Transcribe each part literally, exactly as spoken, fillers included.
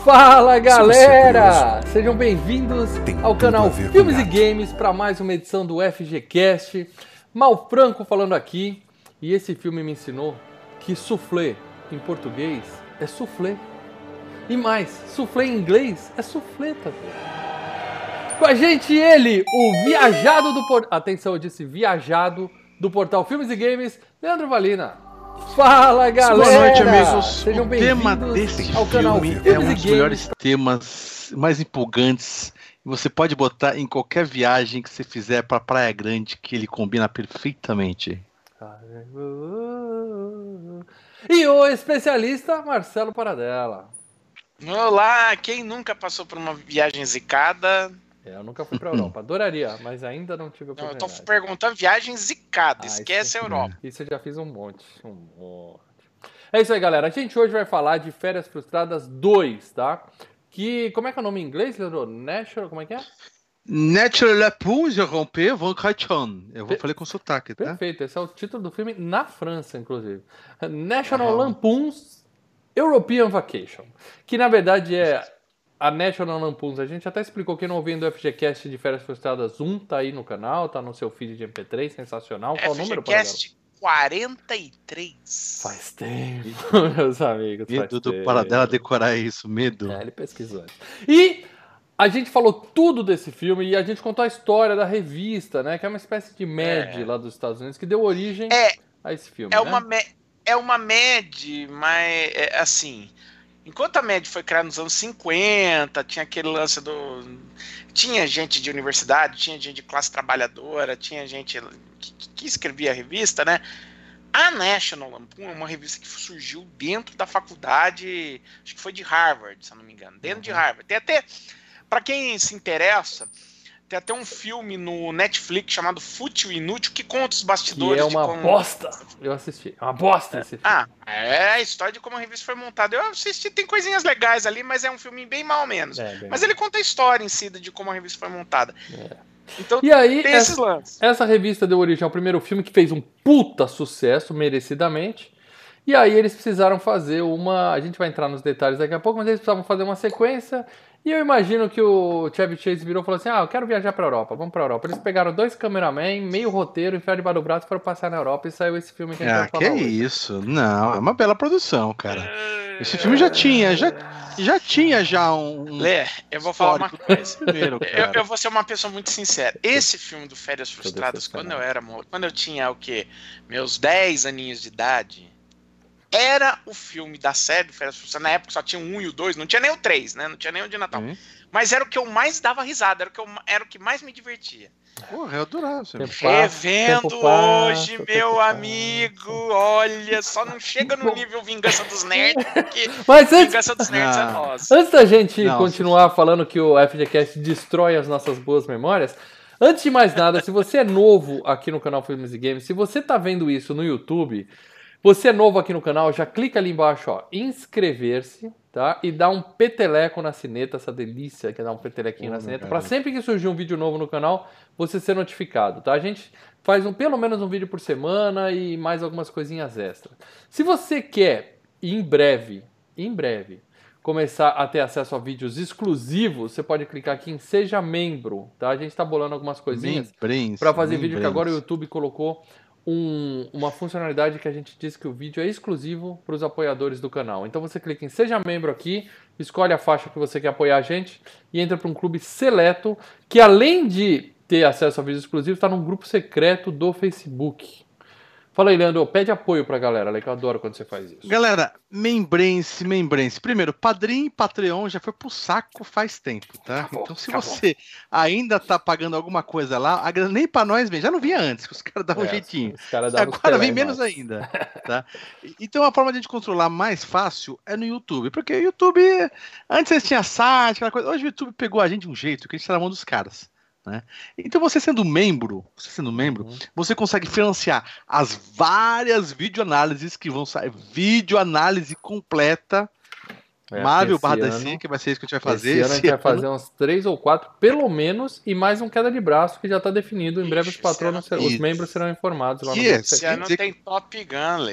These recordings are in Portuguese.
Fala galera! Sejam bem-vindos ao canal Filmes e Games para mais uma edição do F G Cast. Mal Franco falando aqui, e esse filme me ensinou que soufflé em português é soufflé. E mais, soufflé em inglês é soufflé também. Com a gente ele, o viajado do portal... Atenção, eu disse viajado do portal Filmes e Games, Leandro Valina. Fala galera! Boa noite, amigos. Sejam o tema desse ao canal filme é um dos melhores temas, mais empolgantes. Você pode botar em qualquer viagem que você fizer para Praia Grande, que ele combina perfeitamente. E o especialista Marcelo Paradela. Olá, quem nunca passou por uma viagem zicada? É, eu nunca fui pra Europa, adoraria, mas ainda não tive a oportunidade. Não, eu tô perguntando viagem zicada, ah, esquece isso, a Europa. Isso eu já fiz um monte, um monte. É isso aí, galera. A gente hoje vai falar de Férias Frustradas dois, tá? Que, como é que é o nome em inglês, Leandro? National, como é que é? National Lampoon's Romper Van Kaichon. Eu vou falar com sotaque, tá? Perfeito, esse é o título do filme na França, inclusive. National Lampoon's European Vacation. Que, na verdade, é... A National Lampoon's, a gente até explicou, quem não ouviu do F G Cast de Férias Frustradas um, tá aí no canal, tá no seu feed de M P três, sensacional. Qual o número, Paradela? F G Cast quarenta e três. Faz tempo, meus amigos. Medo do Paradela decorar isso, medo. É, ele pesquisou. E a gente falou tudo desse filme e a gente contou a história da revista, né, que é uma espécie de Mad é. lá dos Estados Unidos, que deu origem é, a esse filme, é né? Uma, é uma Mad, mas, é, assim... Enquanto a Mad foi criada nos anos cinquenta, tinha aquele lance do... Tinha gente de universidade, tinha gente de classe trabalhadora, tinha gente que, que escrevia a revista, né? A National Lampoon é uma revista que surgiu dentro da faculdade, acho que foi de Harvard, se eu não me engano, dentro uhum. de Harvard. Tem até, para quem se interessa... Tem até um filme no Netflix chamado Fútil e Inútil que conta os bastidores. Que é uma de como... bosta! Eu assisti. É uma bosta é. esse filme. Ah, é a história de como a revista foi montada. Eu assisti, tem coisinhas legais ali, mas é um filme bem mal menos. É, bem mas mal. Ele conta a história em si de como a revista foi montada. É. Então, e aí, tem esses essa, lances. Essa revista deu origem ao primeiro filme que fez um puta sucesso, merecidamente. E aí eles precisaram fazer uma... A gente vai entrar nos detalhes daqui a pouco, mas eles precisavam fazer uma sequência... E eu imagino que o Chevy Chase virou e falou assim, ah, eu quero viajar pra Europa, vamos pra Europa. Eles pegaram dois cameramen, meio roteiro, enfiaram debaixo do braço e foram passar na Europa e saiu esse filme que a gente ah, vai falar que hoje. Isso, não, é uma bela produção, cara. Esse filme já tinha, já, já tinha já um... Lê, eu vou falar uma coisa. Primeiro, eu, eu vou ser uma pessoa muito sincera. Esse filme do Férias Frustradas, quando eu era, quando eu tinha o quê? Meus dez aninhos de idade... Era o filme da série do Férias Frustradas. Na época só tinha o um e o dois, não tinha nem o três, né? Não tinha nem o de Natal. Uhum. Mas era o que eu mais dava risada, era o que, eu, era o que mais me divertia. Porra, eu adorava. Revendo hoje, passa, meu amigo, passa. Olha, só não chega no nível Vingança dos Nerds, porque Mas antes... Vingança dos Nerds não. é nossa. Antes da gente não, continuar falando que o F G Cast destrói as nossas boas memórias, antes de mais nada, se você é novo aqui no canal Filmes e Games, se você tá vendo isso no YouTube... Você é novo aqui no canal, já clica ali embaixo, ó, inscrever-se, tá? E dá um peteleco na sineta, essa delícia que é dar um petelequinho oh, na sineta, para sempre que surgir um vídeo novo no canal, você ser notificado, tá? A gente faz um, pelo menos um vídeo por semana e mais algumas coisinhas extras. Se você quer, em breve, em breve, começar a ter acesso a vídeos exclusivos, você pode clicar aqui em Seja Membro, tá? A gente tá bolando algumas coisinhas para fazer vídeo que agora o YouTube colocou Um, uma funcionalidade que a gente diz que o vídeo é exclusivo para os apoiadores do canal. Então você clica em Seja Membro aqui, escolhe a faixa que você quer apoiar a gente e entra para um clube seleto que, além de ter acesso a vídeos exclusivos, está num grupo secreto do Facebook. Fala aí, Leandro, pede apoio pra galera, que eu adoro quando você faz isso. Galera, membrense, membrense. Primeiro, Padrim e Patreon já foi pro saco faz tempo, tá? Acabou, então se acabou. Você ainda tá pagando alguma coisa lá, a grana nem pra nós vem, já não vinha antes, que os caras davam é, um jeitinho. Os caras davam Agora vem menos mais. ainda, tá? Então a forma de a gente controlar mais fácil é no YouTube, porque o YouTube, antes eles tinham site, aquela coisa, hoje o YouTube pegou a gente de um jeito que a gente tá na mão dos caras. Né? Então você sendo membro, você sendo membro, uhum. você consegue financiar as várias videoanálises que vão sair, videoanálise completa, é, Marvel barra D C, que vai ser isso que a gente vai fazer. Esse, esse ano a gente ano... vai fazer uns três ou quatro, pelo menos, e mais um queda de braço que já está definido. Em breve os patronos, serão, os membros serão informados lá no Esse ano tem Top Gun, Lê.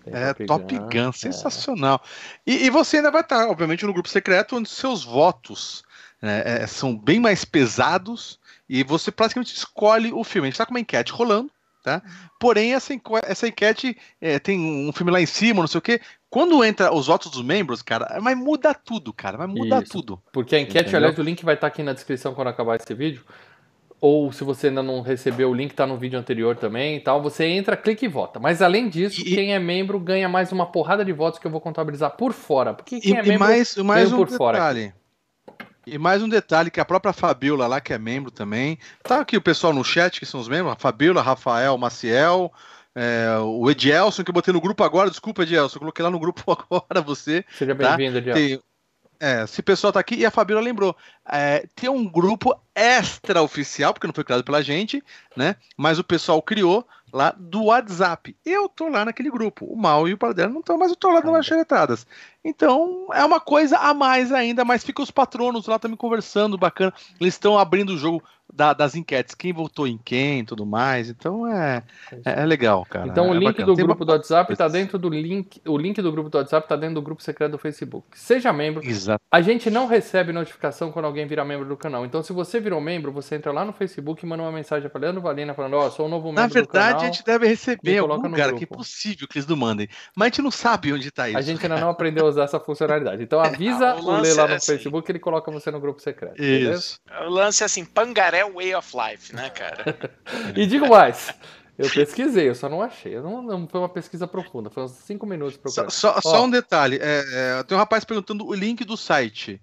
É, Top Gun, sensacional. É. E, e você ainda vai estar, obviamente, no grupo secreto, onde seus votos né, é, são bem mais pesados e você praticamente escolhe o filme. A gente está com uma enquete rolando, tá? Porém, essa, essa enquete é, tem um filme lá em cima, não sei o quê. Quando entra os votos dos membros, cara, vai mudar tudo, cara. Vai mudar Isso, tudo. Porque a enquete, entendeu? Aliás, o link vai estar aqui na descrição quando acabar esse vídeo. Ou se você ainda não recebeu, o link tá no vídeo anterior também e tal. Você entra, clica e vota. Mas além disso, e, quem é membro ganha mais uma porrada de votos que eu vou contabilizar por fora. Porque quem e, é membro e mais, mais um por detalhe. fora. Aqui. E mais um detalhe, que a própria Fabiola lá, que é membro também. Tá aqui o pessoal no chat, que são os membros. A Fabiola, Rafael, Maciel, é, o Edielson, que eu botei no grupo agora. Desculpa, Edielson, eu coloquei lá no grupo agora você. Seja tá? bem-vindo, Edielson. Tem... É, esse pessoal tá aqui, e a Fabiola lembrou, é, tem um grupo extra-oficial, porque não foi criado pela gente, né, mas o pessoal criou lá do WhatsApp. Eu tô lá naquele grupo, o Mal e o Paradela não estão, mas eu tô lá nas xeretadas. Então, é uma coisa a mais ainda, mas fica os patronos lá também conversando, bacana, eles estão abrindo o jogo da, das enquetes, quem votou em quem e tudo mais, então é, é, é legal, cara. Então é o link bacana. do Tem grupo uma... do WhatsApp tá dentro do link, o link do grupo do WhatsApp tá dentro do grupo secreto do Facebook. Seja membro. Exato. A gente não recebe notificação quando alguém vira membro do canal. Então se você virou membro, você entra lá no Facebook e manda uma mensagem para Leandro Valina falando, ó, oh, sou um novo membro Na verdade, do canal. a gente deve receber em algum lugar, grupo. que é possível que eles não mandem. Mas a gente não sabe onde tá isso. A gente ainda não aprendeu a usar essa funcionalidade. Então avisa ah, o, o Lê lá no é assim. Facebook que ele coloca você no grupo secreto. Isso. Beleza? O lance é assim, Pangaré Way of Life, né, cara? E digo mais, eu pesquisei, eu só não achei. Eu não, não foi uma pesquisa profunda, foi uns cinco minutos procurando. Só, só, só um detalhe, é, é, tem um rapaz perguntando o link do site.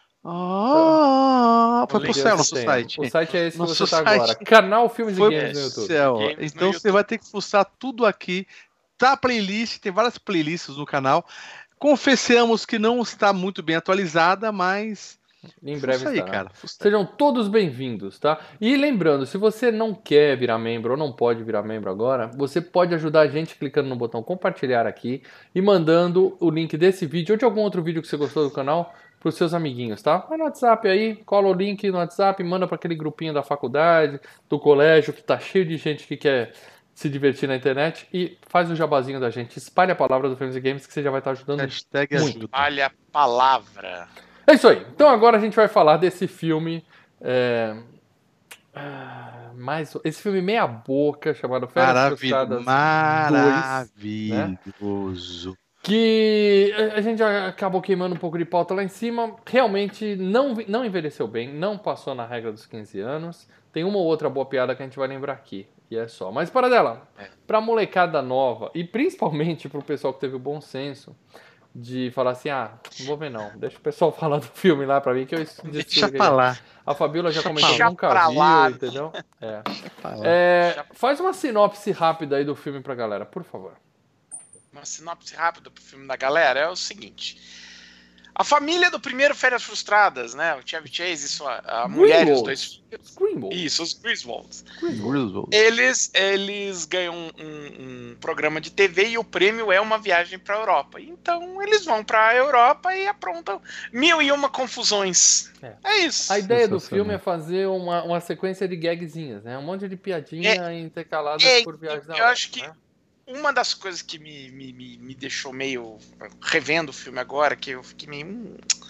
Ah, foi pro céu nosso site. O site é esse nosso que você tá site agora. Canal Filmes foi e Games no YouTube. Céu. Games então no você YouTube. vai ter que fuçar tudo aqui. Tá a playlist, tem várias playlists no canal. Confessamos que não está muito bem atualizada, mas... Em breve Fuça aí, estará. cara. Fuça. Sejam todos bem-vindos, tá? E lembrando, se você não quer virar membro ou não pode virar membro agora, você pode ajudar a gente clicando no botão compartilhar aqui e mandando o link desse vídeo ou de algum outro vídeo que você gostou do canal para os seus amiguinhos, tá? Vai no WhatsApp aí, cola o link no WhatsApp, manda para aquele grupinho da faculdade, do colégio, que tá cheio de gente que quer se divertir na internet e faz o jabazinho da gente. Espalhe a palavra do Filmes e Games que você já vai estar ajudando Hashtag muito. ajuda. Espalhe a palavra. É isso aí. Então agora a gente vai falar desse filme. É... Mais... Esse filme meia boca, chamado Férias Frustradas Maravilhoso. Né? Que a gente já acabou queimando um pouco de pauta lá em cima. Realmente não, não envelheceu bem, não passou na regra dos quinze anos. Tem uma ou outra boa piada que a gente vai lembrar aqui. E é só. Mas para dela, pra molecada nova e principalmente pro pessoal que teve o bom senso de falar assim, ah, não vou ver não, deixa o pessoal falar do filme lá pra mim que eu Deixa pra lá. A Fabiola já comentou que Deixa nunca pra viu, lá. entendeu? É. É, faz uma sinopse rápida aí do filme pra galera, por favor. Uma sinopse rápida pro filme da galera é o seguinte. A família do primeiro Férias Frustradas, né? O Chevy Chase e sua a mulher e os dois filhos. Griswold. Isso, os Griswolds. Griswold. Eles, eles ganham um, um, um programa de T V e o prêmio é uma viagem para a Europa. Então eles vão para a Europa e aprontam mil e uma confusões. É, é isso. A ideia do filme é fazer uma, uma sequência de gagzinhas, né? Um monte de piadinha é, intercaladas é, por viagens na Eu Europa, acho que né? Uma das coisas que me, me, me deixou meio... Revendo o filme agora, que eu fiquei meio... Hum,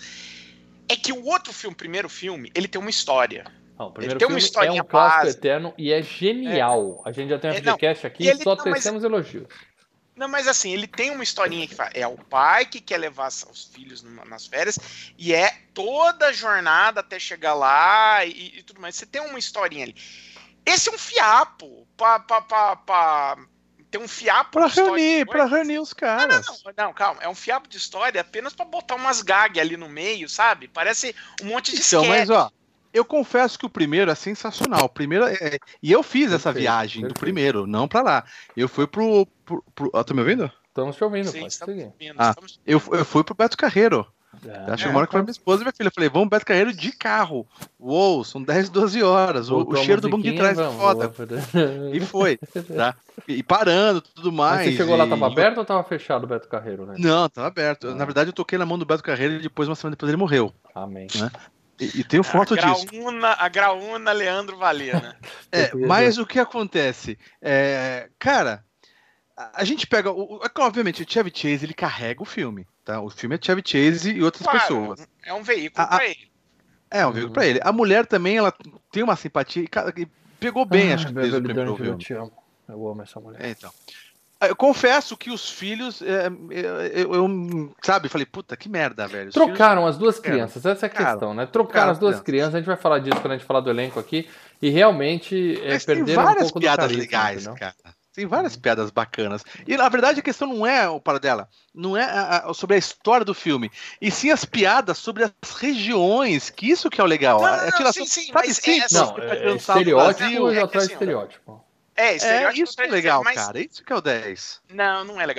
é que o outro filme, o primeiro filme, ele tem uma história. Não, o primeiro ele tem filme uma historinha é um clássico base. eterno e é genial. É. A gente já tem um podcast aqui ele, só não, tecemos mas, elogios. Não, mas assim, ele tem uma historinha que fala, é o pai que quer levar os filhos numa, nas férias e é toda a jornada até chegar lá e, e tudo mais. Você tem uma historinha ali. Esse é um fiapo pra... pra, pra, pra tem um fiapo pra reunir, para reunir os caras. Não, não, não, calma. É um fiapo de história apenas pra botar umas gags ali no meio, sabe? Parece um monte de Então, sketch. mas ó, eu confesso que o primeiro é sensacional. O primeiro é... E eu fiz essa perfeito, viagem perfeito. do primeiro, não pra lá. Eu fui pro... pro, pro... Ah, tá me ouvindo? Estamos te ouvindo, Sim, pode estamos seguir. ouvindo, ah, estamos... eu, eu fui pro Beto Carreiro. É, acho que eu moro com a minha esposa e minha filha. Eu falei, vamos Beto Carreiro de carro. Uou, são dez, doze horas. O, o cheiro do banco de trás é foda. E foi, tá? E, e parando, tudo mais. Mas você chegou e... lá, tava aberto ou tava fechado o Beto Carreiro, né? Não, tava aberto. Ah. Na verdade, eu toquei na mão do Beto Carreiro e depois, uma semana depois, ele morreu. Amém. Né? E, e tenho foto a disso. Graúna, a Graúna Leandro Valina. É, mas o que acontece? É, cara... a gente pega, o, é que, obviamente, o Chevy Chase, ele carrega o filme, tá? O filme é Chevy Chase e outras Claro, pessoas. é um veículo A- pra a- ele. É, um veículo pra ele. A mulher também, ela tem uma simpatia e ca- e pegou bem, Ah, acho que desde o Beverly primeiro D'Angelo, eu filme. te amo. Eu amo essa mulher. É, então. Eu confesso que os filhos, é, eu, eu- eu, sabe, falei, puta, que merda, velho. Os Trocaram filhos- as duas Trocaram. crianças, essa é a Trocaram. questão, né? Trocaram Trocaram as duas as crianças, a gente vai falar disso quando a gente falar do elenco aqui, e realmente é, Mas tem perderam um várias pouco do piadas carisma, legais, entendeu? cara. Tem várias piadas bacanas. E na verdade a questão não é o para dela, não é a- a- sobre a história do filme, e sim as piadas sobre as regiões, que isso que é o legal. Não, A- não, a tiração- sim, sim, sabe mas sim, é assim, Não, pra é, criançada do estereótipo Brasil. é que atrás de assim, ó, estereótipo. É, É, estereótipo isso que é pra legal, mas- cara. Isso que é o dez. Não, não é legal.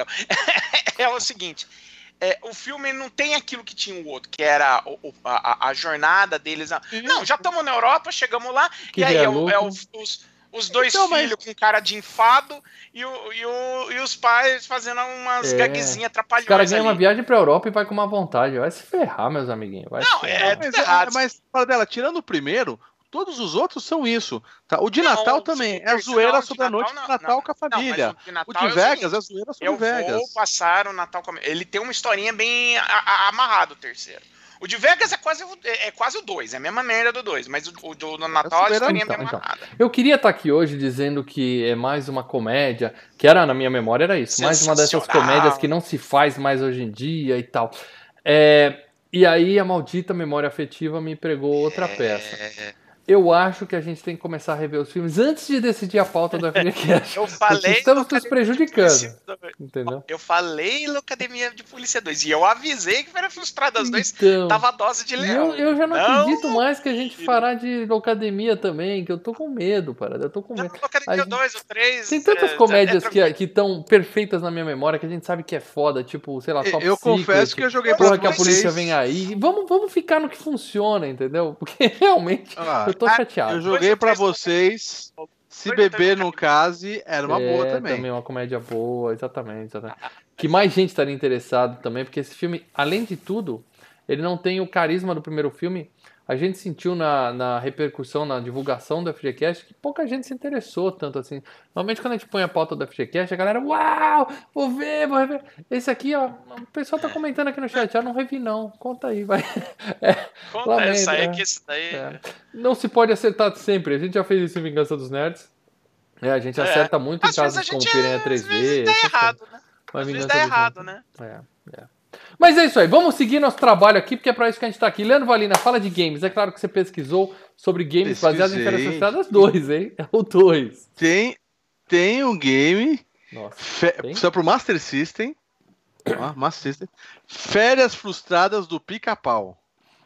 É o seguinte, é, o filme não tem aquilo que tinha o outro, que era o- o- a, a jornada deles. a- Não, já estamos na Europa, chegamos lá, Que e aí é é, o- é louco. o- os, os dois Então, mas- filhos com cara de enfado e, o, e, o, e os pais fazendo umas É. gaguezinhas Os atrapalhões caras ganham uma ali. viagem pra Europa e vai com uma vontade. Vai se ferrar, meus amiguinhos. Vai Não, se é- ferrar. Mas, tudo errado. mas para dela, tirando o primeiro, todos os outros são isso. Tá? O de Não, Natal o- também. o É a terceiro zoeira não, de sobre a noite Natal de não, Natal não. com a Não, mas família. o de O Natal de é o Vegas seguinte, é a zoeira sobre Eu Vegas. vou passar o Natal com a... Ele tem uma historinha bem a- a- amarrada, o terceiro. O de Vegas é quase, o- é, é quase o dois, é a mesma merda do dois, mas o, o do, do Natal a zoeira, historinha é então, bem então. amarrada. Eu queria estar aqui hoje dizendo que é mais uma comédia, que era, na minha memória, era isso. Mais uma dessas Sensacional. comédias que não se faz mais hoje em dia e tal. É, e aí a maldita memória afetiva me pregou outra peça. É, Eu acho que a gente tem que começar a rever os filmes antes de decidir a pauta do F G Cast. eu falei. estamos no nos Academia prejudicando. de Polícia dois. Entendeu? Eu falei no Academia de Polícia dois. E eu avisei que era frustrado as dois. Então, Tava a dose de e leão. eu, eu já não, Não, acredito mais que a gente fará de Locademia também, que eu tô com medo, parada. Eu tô com Não, medo. no Academia A gente- dois, o três. Tem tantas é, comédias é, que estão perfeitas na minha memória que a gente sabe que é foda, tipo, sei lá, Top Eu Secret, confesso que eu joguei Porra pra que a vocês. polícia vem aí. Vamos, vamos ficar no que funciona, entendeu? Porque realmente Ah, eu tô ah, chateado. eu joguei Dois, pra três, vocês. Se dois, beber três, no case, era uma é, boa também. uma comédia boa, exatamente, exatamente. Que mais gente estaria interessado também, porque esse filme, além de tudo, ele não tem o carisma do primeiro filme. A gente sentiu na, na repercussão, na divulgação do F G Cast, que pouca gente se interessou tanto assim. Normalmente quando a gente põe a pauta do F G Cast, a galera, uau, vou ver, vou rever. Esse aqui, ó, o pessoal tá comentando aqui no chat, ah, não revi não, conta aí, vai. É, Conta lamento, essa aí, é. que isso daí. é. Não se pode acertar sempre, a gente já fez isso em Vingança dos Nerds. É, a gente É. acerta muito em Às vezes a casos como gente Piranha é- três às vezes V. dá essas errado, coisas. né? Mas Às vezes Vingança dá dos errado, Nerds- né? É, é. Mas é isso aí, vamos seguir nosso trabalho aqui, porque é pra isso que a gente tá aqui. Leandro Valina, fala de games. É claro que você pesquisou sobre games baseados em Férias Pesquisei. Frustradas dois, hein? É o dois. Tem, tem um game Nossa. fe- Tem? só pro Master System. Ó, Master System. Férias Frustradas do Pica-Pau.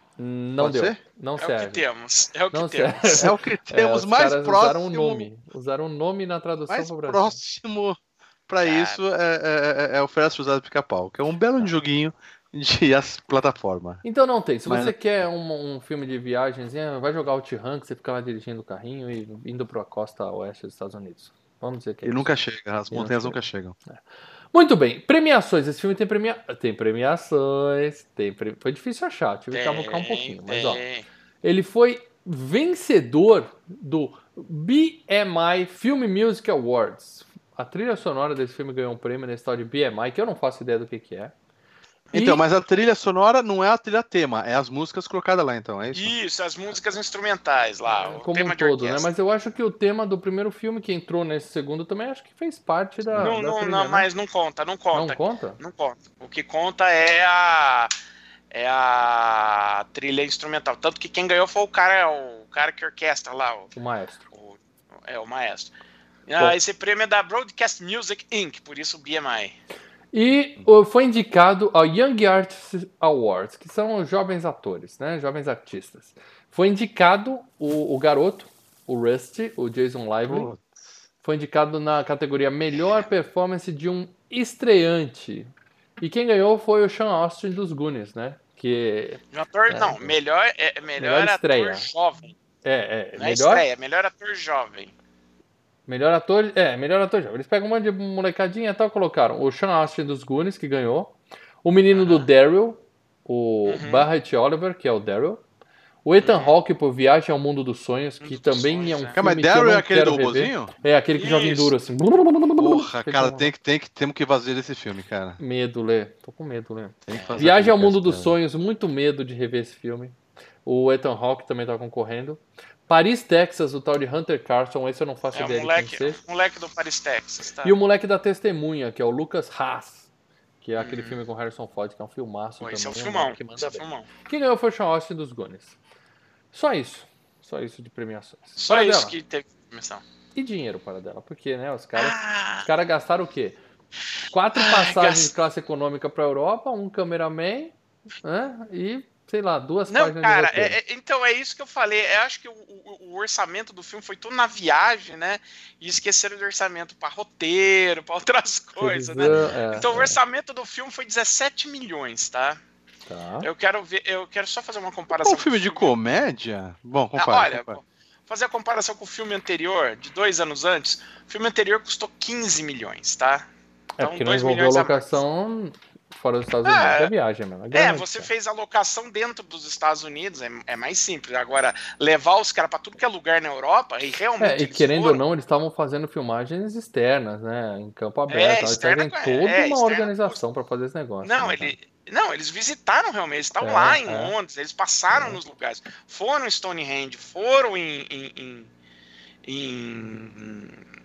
Não Pode deu. ser? Não É o que serve. temos. É o que Não temos. serve. É o que É, temos os mais caras próximo. usaram um nome. Usaram um nome na tradução mais pro Brasil. próximo pra Cara. isso é, é- é o Férias Frustradas do Pica-Pau, que é um belo joguinho de as plataforma. Então não tem. Se Mas- você quer um, um filme de viagens, vai jogar o T-Rank, você fica lá dirigindo o carrinho e indo pra costa oeste dos Estados Unidos. Vamos dizer que é E isso. nunca chega, as E não montanhas chega. nunca chegam. Muito bem, premiações. Esse filme tem, premia... tem premiações. Tem pre... Foi difícil achar, tive que cavocar um pouquinho. Mas ó, tem. ele foi vencedor do B M I Film Music Awards. A trilha sonora desse filme ganhou um prêmio nesse tal de B M I, que eu não faço ideia do que, que é. Então, E- mas a trilha sonora não é a trilha tema, é as músicas colocadas lá, então, é isso? Isso, as músicas instrumentais lá. O como tema um de todo, né? orquestra. Mas eu acho que o tema do primeiro filme que entrou nesse segundo também acho que fez parte da. Não, da não, trilha, não, né? mas não conta, não Não conta. conta? Não conta. O que conta é a é a trilha instrumental. Tanto que quem ganhou foi o cara, o cara que orquestra lá, o, O maestro. o- é o maestro. Bom. Ah, esse prêmio é da Broadcast Music incorporated, por isso o B M I. E o- foi indicado ao Young Artists Awards, que são os jovens atores, né? Jovens artistas. Foi indicado o, o garoto, o Rusty, o Jason Lively. Foi indicado na categoria Melhor Performance de um Estreante. E quem ganhou foi o Sean Austin dos Goonies, né? Que Um ator, É, não, então. melhor, é, melhor, Melhor estreia. ator jovem. é, é Não é melhor, estreia, melhor ator jovem. melhor ator, é, melhor ator jovem. Eles pegam um monte de molecadinha e tal, colocaram o Sean Austin dos Goonies, que ganhou, o menino do Daryl, o Uhum. Barrett Oliver, que é o Daryl, o Ethan Hawke por Viagem ao Mundo dos Sonhos, que Mundo dos também Sonhos, é um é. filme Cara, mas que eu Daryl não é aquele quero do rever. robozinho? É, aquele que joga Isso. enduro, assim. Porra, cara, tem que, tem que, temos que fazer esse filme, cara. Medo, Lê. Tô com medo, Lê. Tem que fazer Viagem ao aquele Mundo dos cara. Sonhos, muito medo de rever esse filme. O Ethan Hawke também tá concorrendo. Paris, Texas, o tal de Hunter Carson, esse eu não faço É o ideia moleque, de quem seja. moleque do Paris, Texas, tá? E o moleque da Testemunha, que é o Lucas Haas, que é Uhum. aquele filme com Harrison Ford, que é um filmaço Pô, também. esse é um um filmão. moleque que manda Esse é um bem. filmão. Quem ganhou foi o Sean Austin dos Goonies. Só isso. Só isso de premiações. Só Para isso dela. que teve premiação. E dinheiro para dela, porque, né, os caras Ah, os cara gastaram o quê? Quatro Ai, passagens gast- de classe econômica para Europa, um cameraman, né, e, sei lá, duas Não, páginas cara, de roteiro. é- é- então é isso que eu falei. Eu acho que o, o- o orçamento do filme foi tudo na viagem, né? E esqueceram do orçamento pra roteiro, pra outras coisas, né? Revisão, é, Então o é, orçamento do filme foi dezessete milhões, tá? tá. Eu quero ver, eu quero só fazer uma Um comparação. filme com de o filme. comédia? Bom, Ah, compara. olha, compara. vou fazer a comparação com o filme anterior, de dois anos antes. O filme anterior custou quinze milhões, tá? É porque não dois envolveu milhões a mais. locação fora dos Estados Ah, Unidos, é viagem mesmo. É, grana você de fez a locação dentro dos Estados Unidos, é, é mais simples. Agora, levar os caras pra tudo que é lugar na Europa, e realmente É, e eles querendo foram, ou não, eles estavam fazendo filmagens externas, né? Em campo aberto. É, Eles externa- têm toda é, uma externa organização para fazer esse negócio. Não, né, ele, não, eles visitaram realmente, eles estavam É, lá em é. Londres, eles passaram É. nos lugares, foram em Stonehenge, foram em, em- em- em-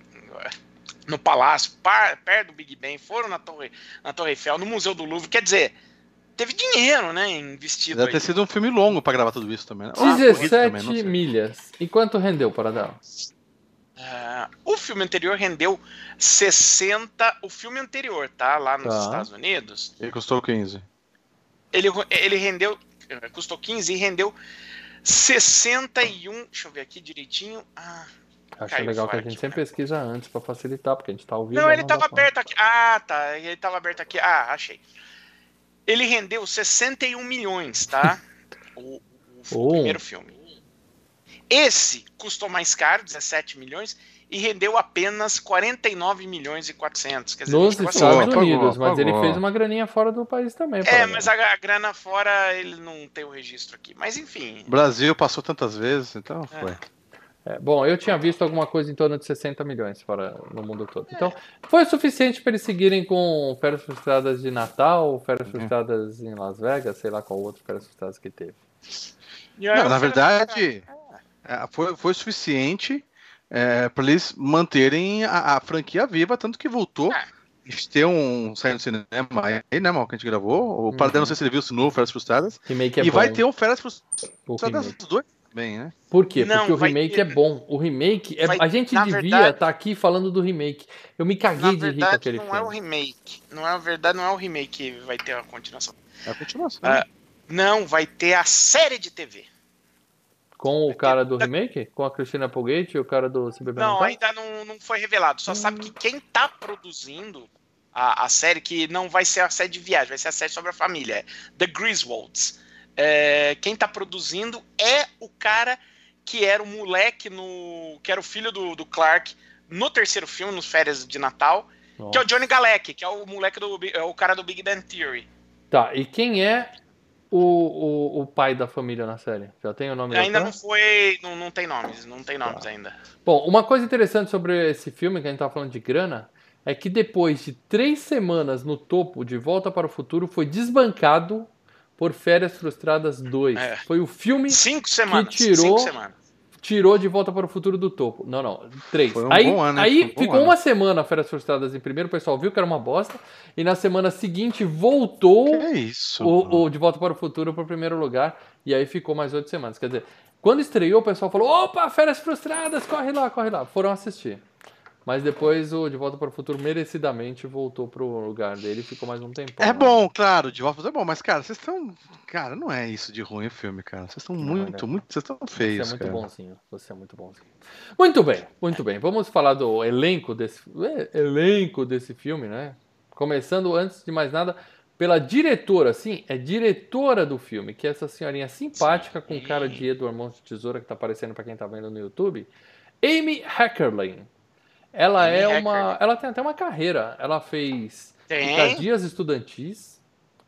no Palácio, par- perto do Big Ben, foram na Torre, na Torre Eiffel, no Museu do Louvre, quer dizer, teve dinheiro, né, investido Deve aí. ter sido um filme longo pra gravar tudo isso também. Né? Ou corrido dezessete também, não sei. milhas. E quanto rendeu para dar? Ah, o filme anterior rendeu sessenta, o filme anterior, tá, lá nos Tá. Estados Unidos, Ele custou quinze. ele, ele rendeu, custou quinze e rendeu sessenta e um, deixa eu ver aqui direitinho, ah, Acho Caiu legal que fora a gente aqui, sempre pesquisa antes para facilitar, porque a gente tá ouvindo. não, ele tava aberto aqui, ah, tá, ele tava aberto aqui, ah, achei, ele rendeu sessenta e um milhões, tá, o, o- o Oh. primeiro filme. Esse custou mais caro, dezessete milhões, e rendeu apenas quarenta e nove milhões e quatrocentos, quer dizer, Nos tipo assim, Estados apagou, Unidos, mas ele apagou. fez uma graninha fora do país também. É, Paraná. mas a, a grana fora ele não tem o registro aqui. Mas enfim. O Brasil passou tantas vezes, então É. foi. É, bom, eu tinha visto alguma coisa em torno de sessenta milhões fora no mundo todo. Então, foi o suficiente para eles seguirem com Férias Frustradas de Natal, Férias Frustradas em Las Vegas, sei lá qual outro Férias Frustradas que teve. E aí Não, eu na falei, verdade, é, foi, foi suficiente é, para eles manterem a, a franquia viva, tanto que voltou. É. A gente tem um saindo no cinema aí, né, mal, que a gente gravou. O Uhum. Paradelo, não sei se ele viu, no Férias Frustradas. Remake é e bom. vai ter um Férias Frustradas o remake. dois também, né? Por quê? Não, Porque o vai remake ter- é bom. O remake. É... Vai- A gente na devia estar verdade- aqui falando do remake. Eu me Na caguei de rir com verdade, aquele não filme. é o remake. Não é a verdade, não é o remake que vai ter a continuação. É a continuação. Ah, Não, vai ter a série de T V. Com o cara do remake? Com a Christina Applegate e o cara do Se Beber Não Não, Case? ainda não, não foi revelado. Só sabe que quem tá produzindo a, a série, que não vai ser a série de viagem, vai ser a série sobre a família, é The Griswolds. É, quem tá produzindo é o cara que era o moleque no. Que era o filho do, do Clark no terceiro filme, nos Férias de Natal, que é o Johnny Galecki, que é o moleque do. É o cara do Big Bang Theory. Tá, e quem é o, o, o pai da família na série? Já tem o nome do Ainda ator? não foi. Não, não tem nomes, não tem nomes Tá. ainda. Bom, uma coisa interessante sobre esse filme, que a gente tá falando de grana, é que depois de três semanas no topo de Volta para o Futuro, foi desbancado por Férias Frustradas dois. É. Foi o filme Cinco semanas. tirou- Cinco semanas. tirou de Volta para o Futuro do topo. Não, não, três. Foi um aí bom ano, hein? aí Foi um bom ficou ano. uma semana Férias Frustradas em primeiro, o pessoal viu que era uma bosta, e na semana seguinte voltou Que é isso? o, o De Volta para o Futuro para o primeiro lugar, e aí ficou mais oito semanas. Quer dizer, quando estreou, o pessoal falou: opa, Férias Frustradas, corre lá, corre lá. Foram assistir. Mas depois o De Volta para o Futuro merecidamente voltou pro lugar dele e ficou mais um tempão. É né? bom, claro, de volta é bom, mas, cara, vocês estão. Cara, não é isso de ruim o filme, cara. Vocês estão Não, muito, né? muito. Vocês estão Você feios. é muito cara. bonzinho. Você é muito bonzinho. Muito bem, muito bem. Vamos falar do elenco desse, é, elenco desse filme, né? Começando, antes de mais nada, pela diretora. Sim, é diretora do filme, que é essa senhorinha simpática com cara de Edward Mãos de Tesoura que tá aparecendo pra quem tá vendo no YouTube. Amy Heckerling. Ela Amy é Heckerling. uma. Ela tem até uma carreira. Ela fez Tem. Picadias Estudantis.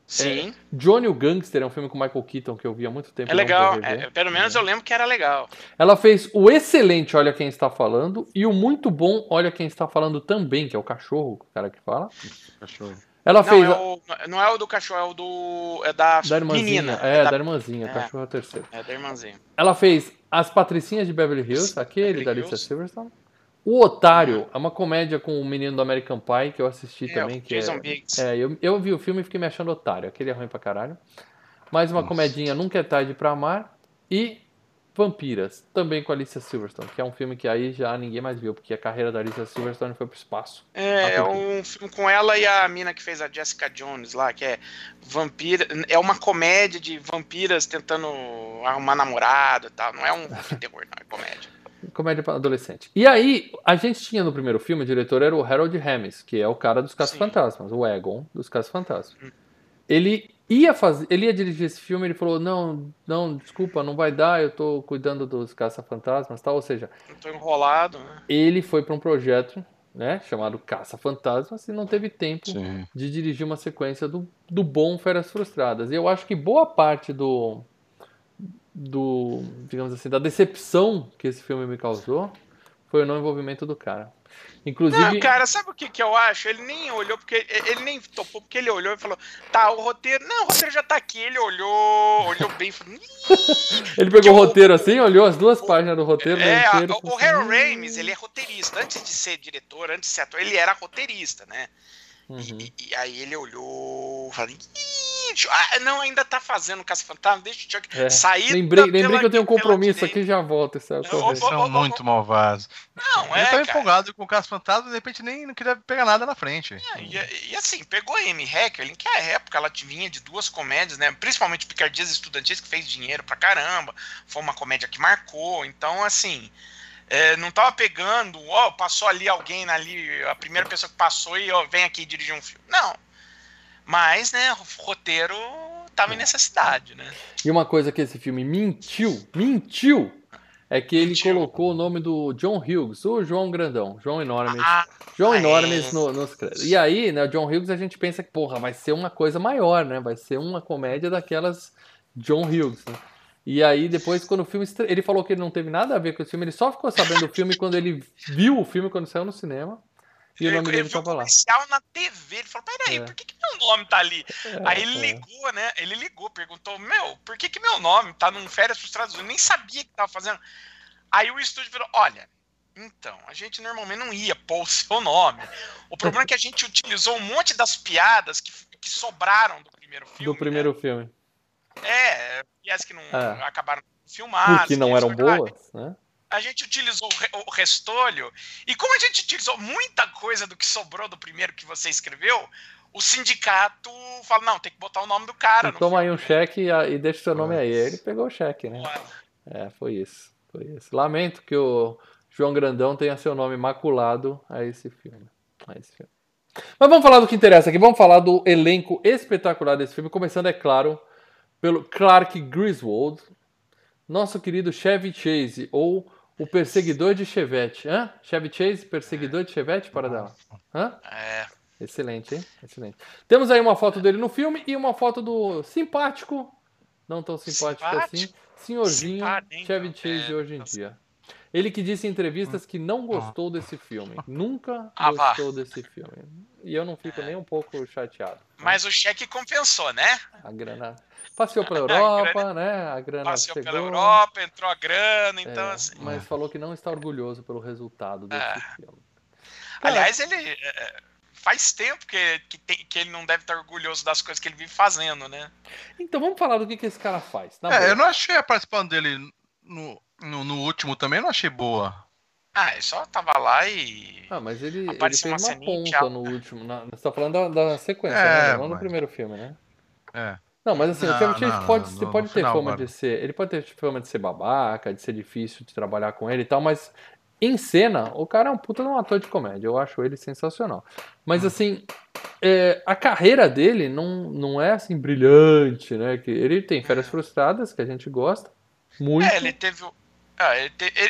Sim. É, Johnny o Gangster é um filme com Michael Keaton que eu vi há muito tempo. É legal. É, pelo menos é. eu lembro que era legal. Ela fez o excelente Olha Quem Está Falando e o muito bom Olha Quem Está Falando também, que é o cachorro, o cara que fala. Cachorro. Ela não, fez. É o, não é o do cachorro, é o do. É da, da irmãzinha. menina. É, é da, da irmãzinha, é, o cachorro é o terceiro. É da irmãzinha. Ela fez As Patricinhas de Beverly Hills, Sim, aquele Beverly da Alicia Hills. Silverstone. O Otário é uma comédia com o menino do American Pie, que eu assisti É, também. o Que Jason é, Biggs. é, eu, eu vi o filme e fiquei me achando otário. Aquele é ruim pra caralho. Mais uma comedinha Nunca é Tarde pra Amar. E Vampiras, também com a Alicia Silverstone, que é um filme que aí já ninguém mais viu, porque a carreira da Alicia Silverstone foi pro espaço. É, é um filme com ela e a mina que fez a Jessica Jones lá, que é vampira. É uma comédia de vampiras tentando arrumar namorado e tal. Não é um filme de terror, não, é comédia. Comédia para adolescente. E aí, a gente tinha no primeiro filme, o diretor era o Harold Ramis, que é o cara dos Caça-Fantasmas, o Egon dos Caça-Fantasmas. Hum. Ele ia fazer, ele ia dirigir esse filme, ele falou, não, não, desculpa, não vai dar, eu tô cuidando dos Caça-Fantasmas, tal, ou seja... Eu tô enrolado, né? Ele foi para um projeto, né, chamado Caça-Fantasmas e não teve tempo Sim. de dirigir uma sequência do, do bom Férias Frustradas. E eu acho que boa parte do... do, digamos assim, da decepção que esse filme me causou foi o não envolvimento do cara. Inclusive... Não, cara, sabe o que, que eu acho? Ele nem olhou, porque ele nem topou, porque ele olhou e falou, tá, o roteiro, não, o roteiro já tá aqui. Ele olhou, olhou bem, falou, ele pegou o roteiro assim, olhou as duas o, páginas do roteiro. É, inteiro, a, o assim, Harold Ramis, ele é roteirista. Antes de ser diretor, antes de ser ator, ele era roteirista, né? Uhum. E, e aí ele olhou, falou, ah, não, ainda tá fazendo Caça-Fantasma, deixa eu é. sair. Lembrei, lembrei que eu tenho um compromisso aqui e já volto. Eles são muito malvados. Não, ele é, tá empolgado com o Caça-Fantasma e de repente nem não queria pegar nada na frente. É, e, e assim, pegou a Amy Heckerling, que a época ela vinha de duas comédias, né? Principalmente Picardias Estudantis, que fez dinheiro pra caramba. Foi uma comédia que marcou. Então, assim, é, não tava pegando, ó, passou ali alguém ali, a primeira pessoa que passou e ó, vem aqui dirigir um filme. Não. Mas, né, o roteiro tava em necessidade, né? E uma coisa que esse filme mentiu, mentiu, é que ele mentiu. colocou o nome do John Hughes, o João Grandão, João Enormes, ah, João é. Enormes no, nos créditos. E aí, né, o John Hughes a gente pensa que, porra, vai ser uma coisa maior, né? Vai ser uma comédia daquelas John Hughes, né? E aí, depois, quando o filme... Ele falou que ele não teve nada a ver com esse filme, ele só ficou sabendo do filme quando ele viu o filme, quando saiu no cinema. E ele, o nome dele ele viu tava lá. Comercial na T V, ele falou, peraí, é. por que, que meu nome tá ali? É, aí ele é. ligou, né? Ele ligou, perguntou, meu, por que que meu nome tá num Férias Frustradas? Eu nem sabia que tava fazendo. Aí o estúdio falou, olha, então, a gente normalmente não ia pôr o seu nome. O problema é que a gente utilizou um monte das piadas que, que sobraram do primeiro filme. Do primeiro né? filme. É, piadas que não é. acabaram filmadas. Porque não eram boas, né? A gente utilizou o restolho, e como a gente utilizou muita coisa do que sobrou do primeiro que você escreveu, o sindicato fala, não, tem que botar o nome do cara. No toma filme, aí um né? cheque e, e deixa o seu nome aí. Ele pegou o cheque, né? Ué. É, foi isso, foi isso. Lamento que o João Grandão tenha seu nome maculado a esse filme. A esse filme. Mas vamos falar do que interessa aqui, vamos falar do elenco espetacular desse filme, começando, é claro, pelo Clark Griswold, nosso querido Chevy Chase, ou o perseguidor de Chevette. Hã? Chevy Chase, perseguidor de Chevette, para dar. Hã? É. Excelente, hein? Excelente. Temos aí uma foto dele no filme e uma foto do simpático, não tão simpático, simpático? assim, senhorzinho simpático, Chevy Chase é, hoje em dia. Ele que disse em entrevistas que não gostou desse filme. Nunca ah, gostou vá. desse filme. E eu não fico é. nem um pouco chateado. Mas né? o cheque compensou, né? A grana... Passeou pela Europa, a grana, né? A grana Passeou chegou. pela Europa, entrou a grana, então é, assim... Mas falou que não está orgulhoso pelo resultado desse é. filme. Cara, aliás, ele... É, faz tempo que, que, tem, que ele não deve estar orgulhoso das coisas que ele vive fazendo, né? Então vamos falar do que, que esse cara faz. É, boa. Eu não achei a participação dele no, no, no último também, eu não achei boa. Ah, ele só tava lá e... Ah, mas ele, ele fez uma, uma ponta no último. Na, você tá falando da, da sequência, é, né? Não mas... no primeiro filme, né? É. Não, mas assim, não, o Chevy Chase pode, não, pode ter final, fama agora. de ser... Ele pode ter fama de ser babaca, de ser difícil de trabalhar com ele e tal, mas em cena, o cara é um puta de um ator de comédia. Eu acho ele sensacional. Mas assim, é, a carreira dele não, não é assim brilhante, né? Que ele tem Férias Frustradas, que a gente gosta muito. É, ele teve... Ah, ele, te, ele, ele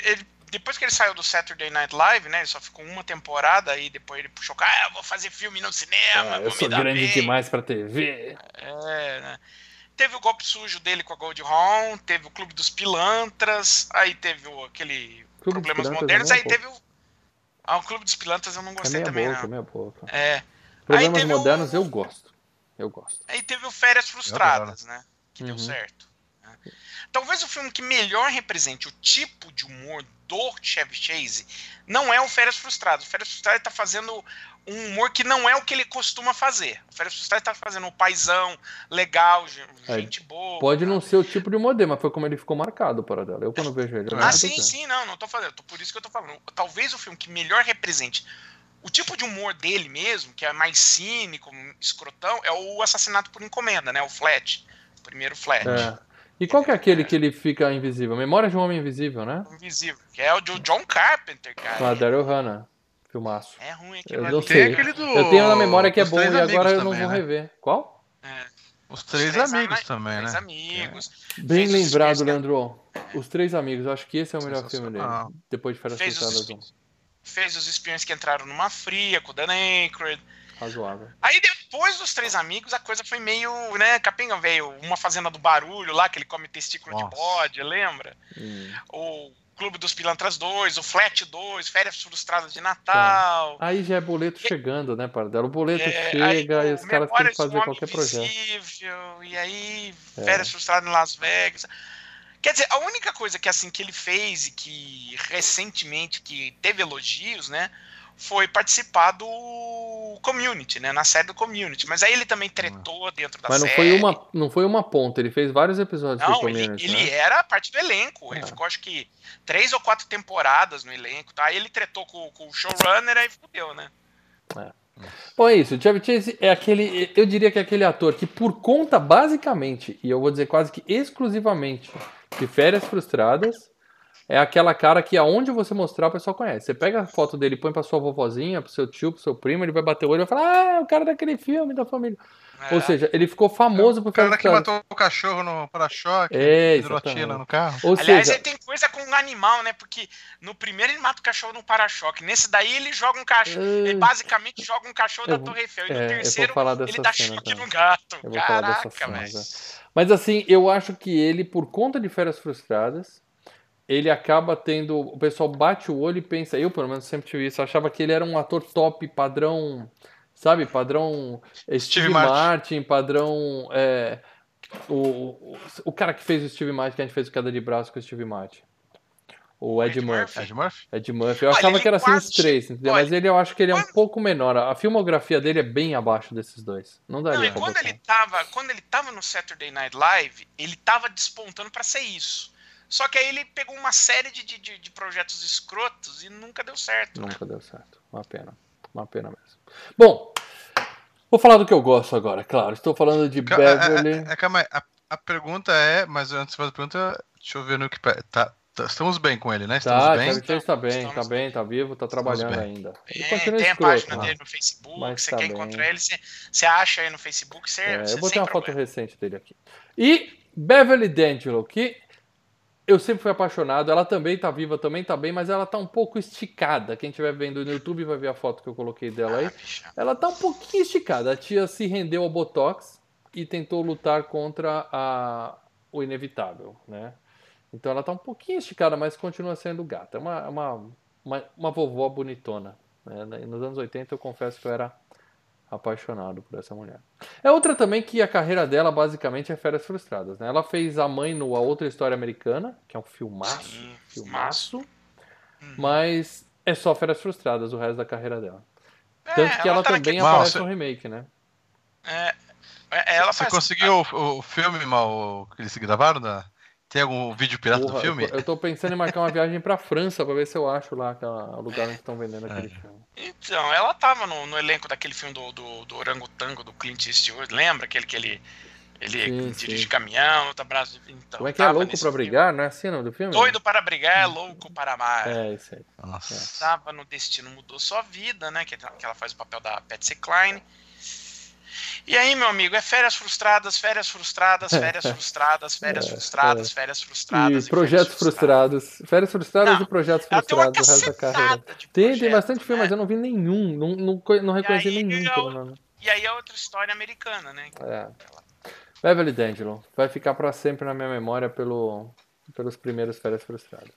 depois que ele saiu do Saturday Night Live, né? Ele só ficou uma temporada, aí depois ele puxou, ah, eu vou fazer filme no cinema, É, vou eu me sou dar grande bem. demais pra T V. É, né? Teve o golpe sujo dele com a Gold Hawn, teve o Clube dos Pilantras, aí teve o, aquele Clube dos Problemas Pilantras Modernos, é aí meia teve o... Ah, o Clube dos Pilantras eu não É gostei meia também, boca, é não. meia boca. É. Problemas aí teve Modernos o... eu gosto. Eu gosto. Aí teve o Férias Frustradas, né? Que Uhum. deu certo. Né? Talvez o filme que melhor represente o tipo de humor do Chevy Chase não é o Férias Frustradas. O Férias Frustradas tá fazendo um humor que não é o que ele costuma fazer. O Férias Frustradas tá fazendo um paizão, legal, gente boa. Pode não ser o tipo de humor dele, mas foi como ele ficou marcado, para dela. Eu quando vejo ele... Eu Ah, sim, sim, não, não tô falando. Por isso que eu tô falando. Talvez o filme que melhor represente o tipo de humor dele mesmo, que é mais cínico, escrotão, é o Assassinato por Encomenda, né? O Flat. O primeiro Flat. É. E qual que é aquele que ele fica invisível? Memória de um Homem Invisível, né? Invisível. Que é o do John Carpenter, cara. Com a Daryl Hannah. Filmaço. É ruim aquilo Eu ali. não Tem sei. aquele do... Eu tenho na memória que é Os bom Três e agora Amigos eu não também, vou né? rever. Qual? É. Os Três Três Amigos Ami- também, Três né? Amigos. Bem Fez os lembrado, Spears- Leandro. Os Três Amigos. Eu acho que esse é o melhor filme dele. Sensacional. Depois de Férias Fez os, Frustradas um. Spears- fez os espiões que entraram numa fria com o Dan Aykroyd. Razoável. Aí depois dos Três Amigos a coisa foi meio, né, capenga, velho. Uma Fazenda do Barulho lá, que ele come testículo Nossa. de bode, lembra? Hum. O Clube dos Pilantras dois, o Flat dois, Férias Frustradas de Natal. Aí já é boleto chegando, né, Paradela? O boleto É, chega aí e o os caras têm Memórias que de um fazer Homem qualquer projeto. Invisível, e aí É. Férias Frustradas em Las Vegas. Quer dizer, a única coisa que assim que ele fez e que recentemente que teve elogios, né, foi participar do Community, né, na série do Community. Mas aí ele também tretou dentro da Mas não série. foi, uma, não foi uma ponta, ele fez vários episódios do Não, ele, Community, ele né? era parte do elenco. Ele É. ficou, acho que, três ou quatro temporadas no elenco. Tá? Aí ele tretou com, com o showrunner, aí fudeu, né? Bom, é isso. O Chevy Chase é aquele, eu diria que é aquele ator que por conta, basicamente, e eu vou dizer quase que exclusivamente, de Férias Frustradas, é aquela cara que aonde você mostrar o pessoal conhece. Você pega a foto dele, põe pra sua vovozinha, pro seu tio, pro seu primo, ele vai bater o olho e vai falar, ah, é o cara daquele filme da família. É. Ou seja, ele ficou famoso por O cara Férias que Frustradas. matou o cachorro no para-choque, É, que virou tiro exatamente. no carro. Ou Aliás, seja, ele tem coisa com um animal, né? Porque no primeiro ele mata o cachorro no para-choque. Nesse daí ele joga um cachorro. É. Ele basicamente joga um cachorro Eu da vou- Torre Eiffel. E é, eu no vou terceiro falar dessa ele dá cena choque também. no gato. Eu vou falar dessa Caraca, cena, velho. já. Mas assim, eu acho que ele, por conta de Férias Frustradas, ele acaba tendo. O pessoal bate o olho e pensa. Eu, pelo menos, sempre tive isso. Achava que ele era um ator top, padrão. Sabe? Padrão eh, Steve, Steve Martin, Martin. padrão. é, o, o, o cara que fez o Steve Martin, que a gente fez o Queda de Braço com o Steve Martin. O Ed, Ed Murphy. Murphy? Ed Murphy? Ed Murphy. Eu Olha, achava ele que era assim os quase- três, entendeu? olha, Mas ele eu acho que ele é um quando- pouco menor. A filmografia dele é bem abaixo desses dois. Não daria Não, e pra quando botar. ele, tava, quando ele tava no Saturday Night Live, ele tava despontando pra ser isso. Só que aí ele pegou uma série de, de, de- de projetos escrotos e nunca deu certo. Nunca deu certo. Uma pena. Uma pena mesmo. Bom, vou falar do que eu gosto agora, claro. Estou falando de Ca- Beverly. é, é, é, calma aí, a, a pergunta é, mas antes de fazer a pergunta, deixa eu ver no que. Tá, tá, estamos bem com ele, né? Estamos Tá, bem. Chevy Chase tá bem, Estamos tá bem, tá vivo, tá trabalhando bem. ainda. Ele É, continua tem a escroto, página né? dele no Facebook, Mas você tá quer bem. encontrar ele, você, você acha aí no Facebook, você, É, você eu botei sem uma foto problema. recente dele aqui. E Beverly D'Angelo, que eu sempre fui apaixonado, ela também tá viva, também tá bem, mas ela tá um pouco esticada. Quem estiver vendo no YouTube vai ver a foto que eu coloquei dela aí. Ah, bicho. Ela tá um pouquinho esticada. A tia se rendeu ao Botox e tentou lutar contra a... o inevitável, né? Então ela tá um pouquinho esticada, mas continua sendo gata. É uma, uma, uma, uma vovó bonitona, né? Nos anos oitenta eu confesso que eu era apaixonado por essa mulher. É outra também que a carreira dela basicamente é Férias Frustradas, né? Ela fez a mãe no A Outra História Americana, que é um filmaço, Sim, filmaço, Uhum. mas é só Férias Frustradas o resto da carreira dela. É, Tanto que ela, tá também naquele- aparece Nossa. no remake, né? É, é, ela Você faz- conseguiu o, o filme, mal que eles gravaram? Da... Tem algum vídeo pirata Porra, do filme? Eu, eu tô pensando em marcar uma viagem pra França pra ver se eu acho lá aquela, o lugar onde estão vendendo É. aquele filme. Então, ela tava no, no elenco daquele filme do, do, do Orangotango, do Clint Eastwood, lembra? Aquele que ele, ele Sim, dirige sim. caminhão, tá braço. Então, Como é que é? tava Louco nesse pra filme. brigar? Não é assim o nome do filme? Doido para brigar, louco para amar. É, isso aí. Nossa. Tava no Destino Mudou Sua Vida, né? Que, que ela faz o papel da Patsy Cline. E aí, meu amigo, é férias frustradas, férias frustradas, férias frustradas, férias É, frustradas, é. férias frustradas E e projetos férias frustradas. frustrados. Férias frustradas e Não, projetos ela tem uma frustrados o resto da carreira. cacetada de Tem, tem projeto, bastante filme, mas né? eu não vi nenhum. Não, não, co- não E reconheci aí, nenhum, é pelo o- nome. e aí é outra história americana, né? É. Beverly D'Angelo vai ficar pra sempre na minha memória pelo, pelos primeiros Férias Frustradas.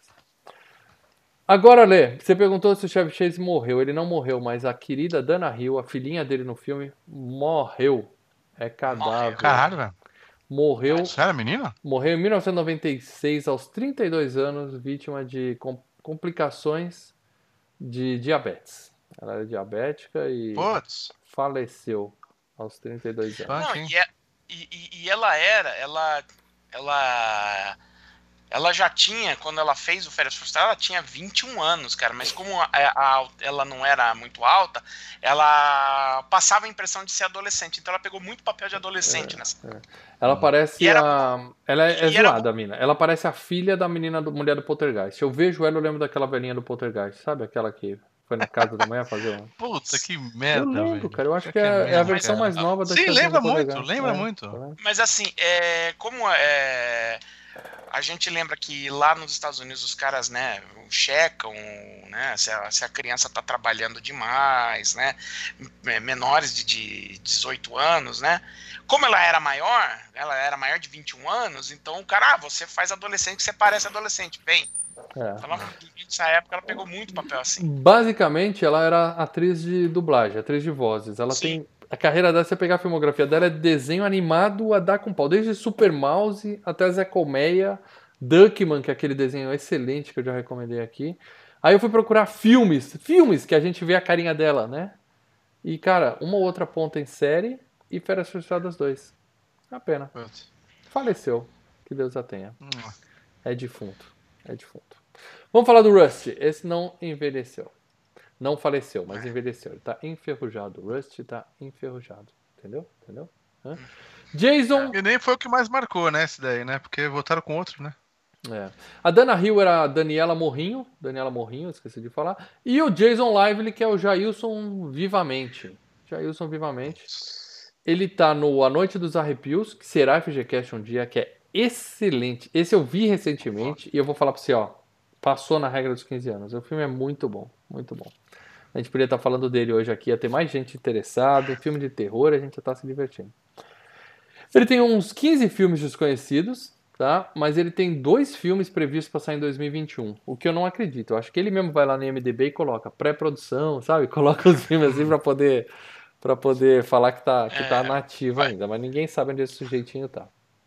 Agora, Lê, você perguntou se o Chevy Chase morreu. Ele não morreu, mas a querida Dana Hill, a filhinha dele no filme, morreu. É cadáver. Caralho, velho. Morreu, Sério, menina? morreu em mil novecentos e noventa e seis, aos trinta e dois anos, vítima de com- complicações de diabetes. Ela era diabética e Putz. faleceu aos trinta e dois anos. Não, Funk, hein? e, é- e- e- e ela era, ela, ela, ela já tinha, quando ela fez o Férias Frustradas, ela tinha vinte e um anos, cara, mas como a- a- ela não era muito alta, ela passava a impressão de ser adolescente, então ela pegou muito papel de adolescente nessa. Ela parece E era- a. Ela é, é e era- zoada, a mina. Ela parece a filha da menina do mulher do Poltergeist. Se eu vejo ela, eu lembro daquela velhinha do Poltergeist, sabe? Aquela que foi na casa da manhã fazer uma. Puta, que Eu merda, lembro, velho. cara. Eu acho que Que é, é a merda, versão cara. mais nova da Sim, tia lembra do muito, Poltergeist. lembra É, muito. tá vendo? Mas assim, é, como é, a gente lembra que lá nos Estados Unidos os caras, né, checam, né, se a, se a criança tá trabalhando demais, né, menores de, de dezoito anos, né, como ela era maior, ela era maior de vinte e um anos, então o cara, ah, você faz adolescente, você parece adolescente, vem. É. Então, nessa época ela pegou muito papel assim. Basicamente, ela era atriz de dublagem, atriz de vozes. Ela Sim. tem. A carreira dela, se você pegar a filmografia dela, é desenho animado a dar com pau. Desde Super Mouse até Zé Colmeia, Duckman, que é aquele desenho excelente que eu já recomendei aqui. Aí eu fui procurar filmes, filmes que a gente vê a carinha dela, né? E, cara, uma ou outra ponta em série e Férias Frustradas dois. É uma pena. Putz. Faleceu. Que Deus a tenha. Hum. É defunto. É defunto. Vamos falar do Rust. Esse não envelheceu. Não faleceu, mas envelheceu. Ele tá enferrujado. O Rust tá enferrujado. Entendeu? Entendeu? Hã? Jason. E nem foi o que mais marcou, né, esse daí, né? Porque votaram com outro, né? É. A Dana Hill era a Daniela Morrinho. Daniela Morrinho, esqueci de falar. E o Jason Lively, que é o Jailson Vivamente. Jailson Vivamente. Ele tá no A Noite dos Arrepios, que será F G Cast um dia, que é excelente. Esse eu vi recentemente e eu vou falar pra você, ó. Passou na regra dos quinze anos. O filme é muito bom, muito bom. A gente podia estar falando dele hoje aqui, ia ter mais gente interessada. Um filme de terror, a gente já tá se divertindo. Ele tem uns quinze filmes desconhecidos, tá? Mas ele tem dois filmes previstos para sair em dois mil e vinte e um. O que eu não acredito. Eu acho que ele mesmo vai lá no I M D B e coloca pré-produção, sabe? Coloca os filmes assim para poder, pra poder falar que tá, que tá É, nativo vai. ainda. Mas ninguém sabe onde esse sujeitinho tá.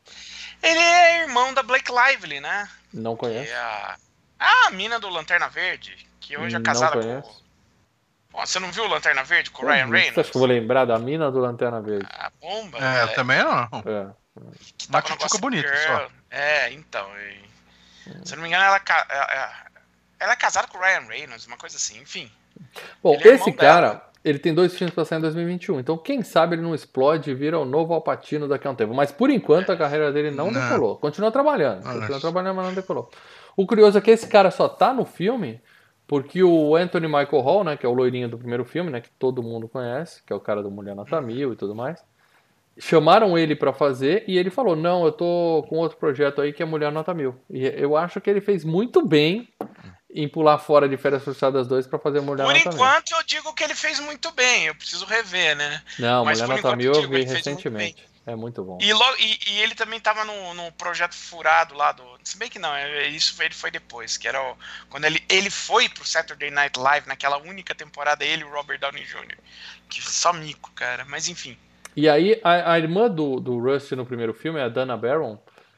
Ele é irmão da Blake Lively, né? Não Que conheço. é a, a mina do Lanterna Verde, que hoje é Não casada conheço. com... Pô, você não viu o Lanterna Verde com o Eu Ryan vi. Você Reynolds? acha que eu vou lembrar da mina do Lanterna Verde? A bomba, É, eu é, também não. É. que Uma tava no tchutchuca Gossip bonita, Girl. só. É, então. e- se eu não me engano, ela, ca- é- é- ela é casada com o Ryan Reynolds, uma coisa assim, enfim. Bom, Ele é esse irmão cara, dela. ele tem dois filmes pra sair em dois mil e vinte e um. Então, quem sabe ele não explode e vira o novo Al Pacino daqui a um tempo. Mas, por enquanto, a carreira dele não, Não. decolou. Continua trabalhando. Não, Continua acho. trabalhando, mas não decolou. O curioso é que esse cara só tá no filme porque o Anthony Michael Hall, né, que é o loirinho do primeiro filme, né, que todo mundo conhece, que é o cara do Mulher Nota Mil e tudo mais, chamaram ele pra fazer e ele falou, não, eu tô com outro projeto aí que é Mulher Nota Mil. E eu acho que ele fez muito bem em pular fora de Férias Frustradas dois pra fazer Mulher Por Nota Mil. enquanto, eu digo que ele fez muito bem. Eu preciso rever, né? Não, Mas Mulher por Nota enquanto Mil eu eu digo, vi ele fez muito recentemente. É muito bom. E, logo, e, e ele também tava no, no projeto furado lá do. Se bem que não, é- isso ele foi depois, que era o- quando ele, ele foi pro Saturday Night Live naquela única temporada, ele e o Robert Downey Júnior Que só mico, cara. Mas enfim. E aí, a, a irmã do, do Rust no primeiro filme, a Dana Barron,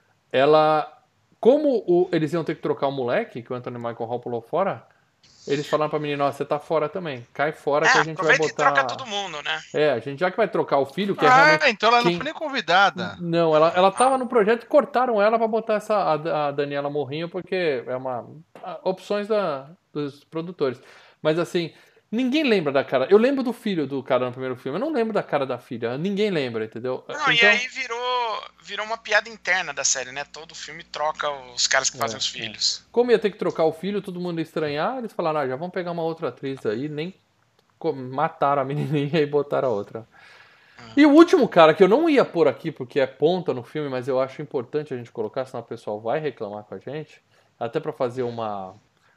ela. Como o- eles iam ter que trocar o moleque, que o Anthony Michael Hall pulou fora, eles falaram pra menina, ó, você tá fora também. Cai fora que É, a gente vai aproveita e botar. troca todo mundo, né? É, a gente já que vai trocar o filho, que é Ah, realmente. então ela quem- não foi nem convidada. Não, ela, ela tava no projeto e cortaram ela pra botar essa, a, a Daniela Morrinho, porque é uma. a- opções da, dos produtores. Mas assim, ninguém lembra da cara. Eu lembro do filho do cara no primeiro filme, eu não lembro da cara da filha. Ninguém lembra, entendeu? Não, e Então- aí virou, virou uma piada interna da série, né? Todo filme troca os caras que fazem É, os filhos. Como ia ter que trocar o filho, todo mundo ia estranhar, eles falaram, ah, já vamos pegar uma outra atriz aí, nem co- mataram a menininha e botaram a outra. E o último cara que eu não ia pôr aqui porque é ponta no filme, mas eu acho importante a gente colocar, senão o pessoal vai reclamar com a gente, até pra fazer uma,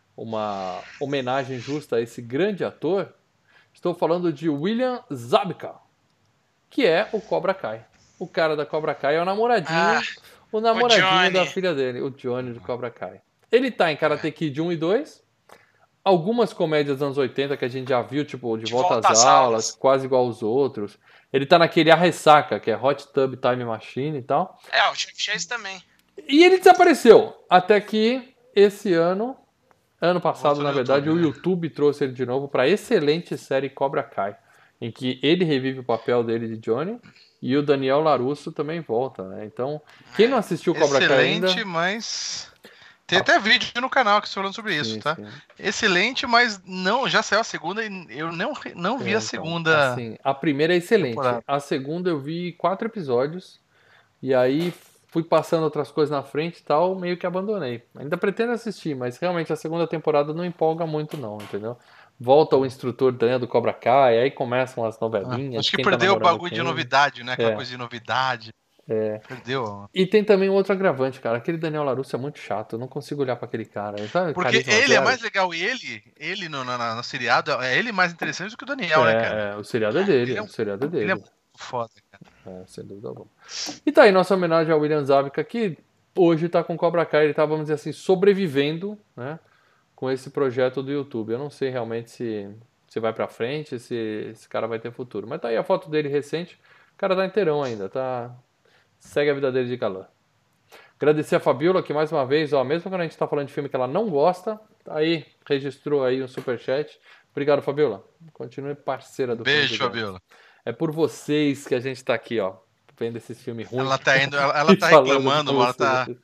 uma homenagem justa a esse grande ator. Estou falando de William Zabka, que é o Cobra Kai. O cara da Cobra Kai é o namoradinho, Ah, o namoradinho Johnny. da filha dele, o Johnny do Cobra Kai. Ele tá em Karate Kid um e dois, algumas comédias dos anos oitenta que a gente já viu, tipo De, De Volta, Volta às às Aulas, Aulas. quase igual aos outros. Ele tá naquele A Ressaca, que é Hot Tub Time Machine e tal. É, o Chevy Chase também. E ele desapareceu, até que esse ano, ano passado, Voltou na no verdade, YouTube, o né? YouTube trouxe ele de novo para a excelente série Cobra Kai, em que ele revive o papel dele de Johnny e o Daniel LaRusso também volta, né? Então, quem não assistiu Cobra Kai ainda... Excelente, mas... Tem até vídeo no canal que falando sobre isso, Sim, tá? sim. Excelente, mas não, já saiu a segunda e eu não, não vi É, a então, segunda. assim, a primeira é excelente. temporada. A segunda eu vi quatro episódios e aí fui passando outras coisas na frente e tal, meio que abandonei. Ainda pretendo assistir, mas realmente a segunda temporada não empolga muito não, entendeu? Volta o instrutor Dan do Cobra Kai, aí começam as novelinhas. Ah, acho que quem tá perdeu o namorando bagulho de quem. novidade, né? Aquela É. coisa de novidade. É. Perdeu. E tem também um outro agravante, cara. Aquele Daniel LaRusso é muito chato. Eu não consigo olhar pra aquele cara. Sabe, Porque carisma ele é zero? mais legal e ele, ele no, no, no, no seriado, é ele mais interessante do que o Daniel, né, cara? É, é, o seriado é dele. Ele é um- O seriado é Ele é dele. muito foda, cara. É, sem dúvida alguma. E tá aí nossa homenagem ao William Zabka, que hoje tá com Cobra Kai. Ele tá, vamos dizer assim, sobrevivendo, né? Com esse projeto do YouTube. Eu não sei realmente se, se vai pra frente, se esse cara vai ter futuro. Mas tá aí a foto dele recente. O cara tá inteirão ainda, tá... Segue a vida dele de galã. Agradecer a Fabiola, que mais uma vez, ó, mesmo quando a gente tá falando de filme que ela não gosta, tá aí, registrou aí um superchat. Obrigado, Fabiola. Continue parceira do Beijo, Filmes e Games. Fabiola. É por vocês que a gente tá aqui, ó, vendo esses filmes ruins. Ela tá indo, ela, ela e tá falando reclamando, pra ela tá, vocês.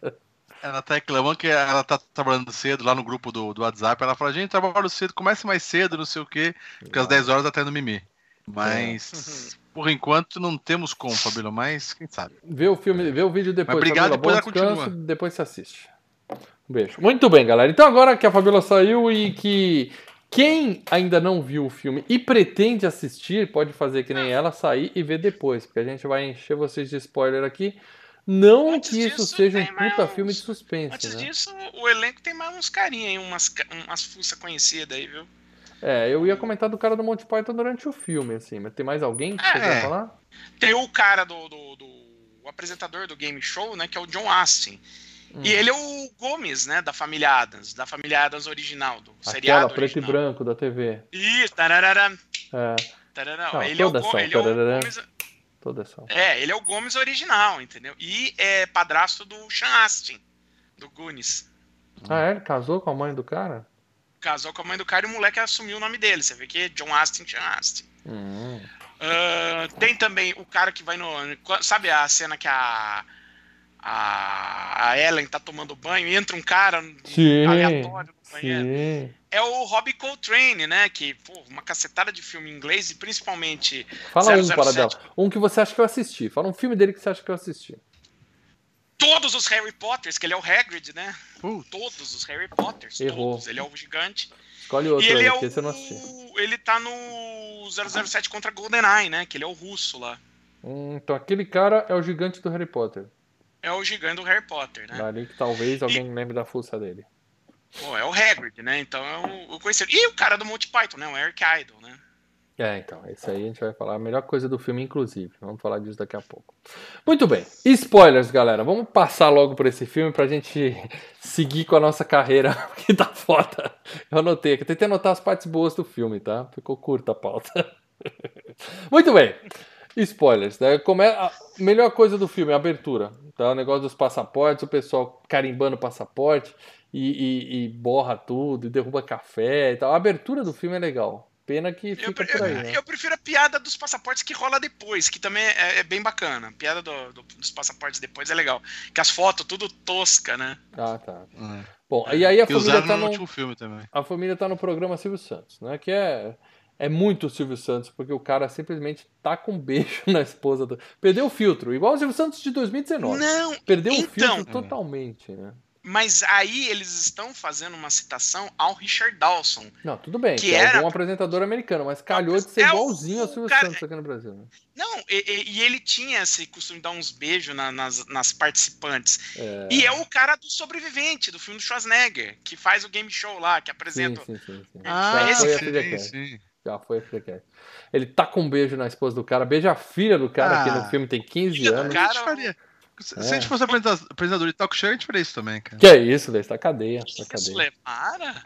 ela tá reclamando que ela tá trabalhando cedo lá no grupo do, do WhatsApp. Ela fala, gente, trabalho cedo, comece mais cedo, não sei o quê, porque às dez horas tá tendo mimimi. Mas, por enquanto, não temos como, Fabiola, mas quem sabe. Vê o filme, vê o vídeo depois. Mas obrigado, Fabiola, bom depois ela descanso, continua. depois você assiste. Um beijo. Muito bem, galera. Então agora que a Fabiola saiu e que quem ainda não viu o filme e pretende assistir, pode fazer que nem ela, sair e ver depois, porque a gente vai encher vocês de spoiler aqui. Não Antes que isso disso, seja um tem mais puta uns- filme de suspense, Antes né? disso, o elenco tem mais uns carinha aí, umas, ca- umas fuças conhecidas aí, viu? É, eu ia comentar do cara do Monty Python durante o filme, assim, mas tem mais alguém que você É. quer falar? Tem o cara do, do, do- o apresentador do game show, né, que é o John Astin. Hum. E ele é o Gomes, né, da família Adams, da família Adams original, do Aquela seriado preto e original. branco da T V. Isso, tararara, É, tararara. Não, ele, é o, toda Go- essa, ele é o tararara. Gomes. toda essa. É, ele é o Gomes original, entendeu? E é padrasto do Sean Astin, do Goonies. Ah, é? Ele casou com a mãe do cara? Casou com a mãe do cara e o moleque assumiu o nome dele. Você vê que é John Astin, Sean Astin. Hum. Ah, tem também o cara que vai no. Sabe a cena que a. A, a Ellen tá tomando banho e entra um cara Sim, aleatório no banheiro. sim. É o Robbie Coltrane, né? Que, pô, uma cacetada de filme em inglês e principalmente. Fala zero um, zero para sete. dela. Um que você acha que eu assisti. Fala um filme dele que você acha que eu assisti. Todos os Harry Potters, que ele é o Hagrid, né? Putz. Todos os Harry Potters. Errou. Todos. Ele é o gigante. Escolhe outro e ele aí, é porque o. esse eu não assisti. Ele tá no zero zero sete contra GoldenEye, né? Que ele é o russo lá. Hum, então aquele cara é o gigante do Harry Potter. É o gigante do Harry Potter, né? Ali que talvez alguém lembre da fuça dele. Pô, é o Hagrid, né? Então é o, o conhecido. E o cara do Monty Python, né? O Eric Idle, né? É, então, esse aí a gente vai falar a melhor coisa do filme, inclusive. Vamos falar disso daqui a pouco. Muito bem. Spoilers, galera. Vamos passar logo por esse filme pra gente seguir com a nossa carreira, que tá foda. Eu anotei aqui. Tentei anotar as partes boas do filme, tá? Ficou curta a pauta. Muito bem. Spoilers, né? Como é a melhor coisa do filme, a abertura. Tá? O negócio dos passaportes, o pessoal carimbando o passaporte e, e, e borra tudo, e derruba café e tal. A abertura do filme é legal. Pena que Eu, fica pre- por aí, eu- né? eu prefiro a piada dos passaportes que rola depois, que também é, é bem bacana. A piada do- do- dos passaportes depois é legal. Que as fotos tudo tosca, né? Ah, tá. É. Bom, e aí a Que família, usaram tá no no, último filme também. a família tá no programa Silvio Santos, né? Que é, é muito Silvio Santos, porque o cara simplesmente tá com um beijo na esposa do... Perdeu o filtro, igual o Silvio Santos de dois mil e dezenove. Não, Perdeu o então, filtro totalmente, né? Mas aí eles estão fazendo uma citação ao Richard Dawson. Não, tudo bem, que que é era algum apresentador americano, mas calhou de ser É o- igualzinho ao Silvio cara- Santos aqui no Brasil. Né? Não, e, e- e ele tinha esse costume de dar uns beijos na- nas, nas participantes. É, E é o cara do Sobrevivente, do filme do Schwarzenegger, que faz o game show lá, que sim, apresenta. sim, sim, sim. Ah, Já esse foi a sim, FGCast. sim. Já foi a FGCast. Ele tá com um beijo na esposa do cara, beija a filha do cara, Ah, que no filme tem quinze filha do anos. cara- A gente faria. Se, se É. a gente fosse apresenta- apresentador de talk show, a gente faria isso também, cara. Que é isso, Lê? Tá na cadeia. Tá na Isso, cadeia. Lê, para.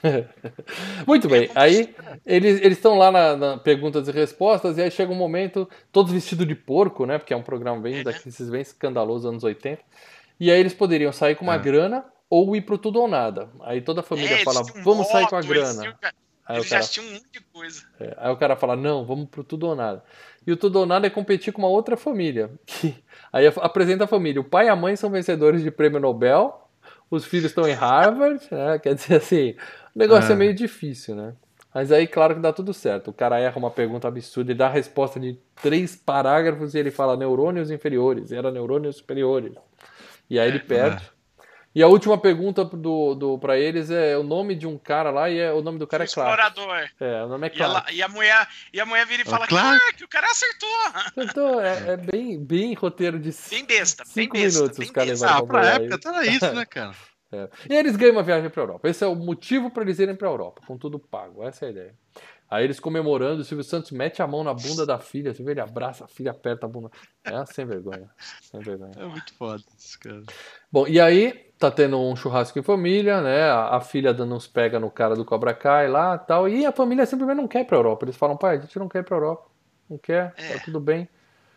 Muito bem, aí eles eles estão lá na, na perguntas e respostas, e aí chega um momento, todos vestidos de porco, né? Porque é um programa bem daqueles bem escandaloso, anos oitenta. E aí eles poderiam sair com uma Ah. grana ou ir pro tudo ou nada. Aí toda a família É, fala, eles tinham vamos sair com a moto, eles grana. tinham- Aí o Eles cara, já tinham um monte de coisa. é, aí o cara fala, não, vamos pro tudo ou nada. E o tudo ou nada é competir com uma outra família. Que, aí apresenta a família. O pai e a mãe são vencedores de prêmio Nobel, os filhos estão em Harvard, né? Quer dizer assim, o negócio é É. meio difícil, né? Mas aí, claro que dá tudo certo. O cara erra uma pergunta absurda e dá a resposta de três parágrafos e ele fala neurônios inferiores, era neurônios superiores. E aí ele perde. E a última pergunta do, do, pra eles é o nome de um cara lá e é, o nome do cara O é Clark. explorador. É, o nome é E, ela- Clark. e a mulher, e a mulher vira e Ó, fala, Clark. Clark, o cara acertou. Então, é, é bem, bem roteiro de Bem besta, bem cinco besta. minutos bem os caras besta. levaram Ah, pra bolar época aí. tá isso, né, cara? É. E eles ganham uma viagem pra Europa. Esse é o motivo pra eles irem pra Europa, com tudo pago. Essa é a ideia. Aí eles comemorando, o Silvio Santos mete a mão na bunda da filha, você vê, ele abraça a filha, aperta a bunda. É sem vergonha. Sem vergonha. É muito foda isso, cara. Bom, e aí tá tendo um churrasco em família, né? A, a filha dando uns pega no cara do Cobra Kai lá e tal. E a família simplesmente não quer ir pra Europa. Eles falam, pai, a gente não quer ir pra Europa. Não quer, É. tá tudo bem.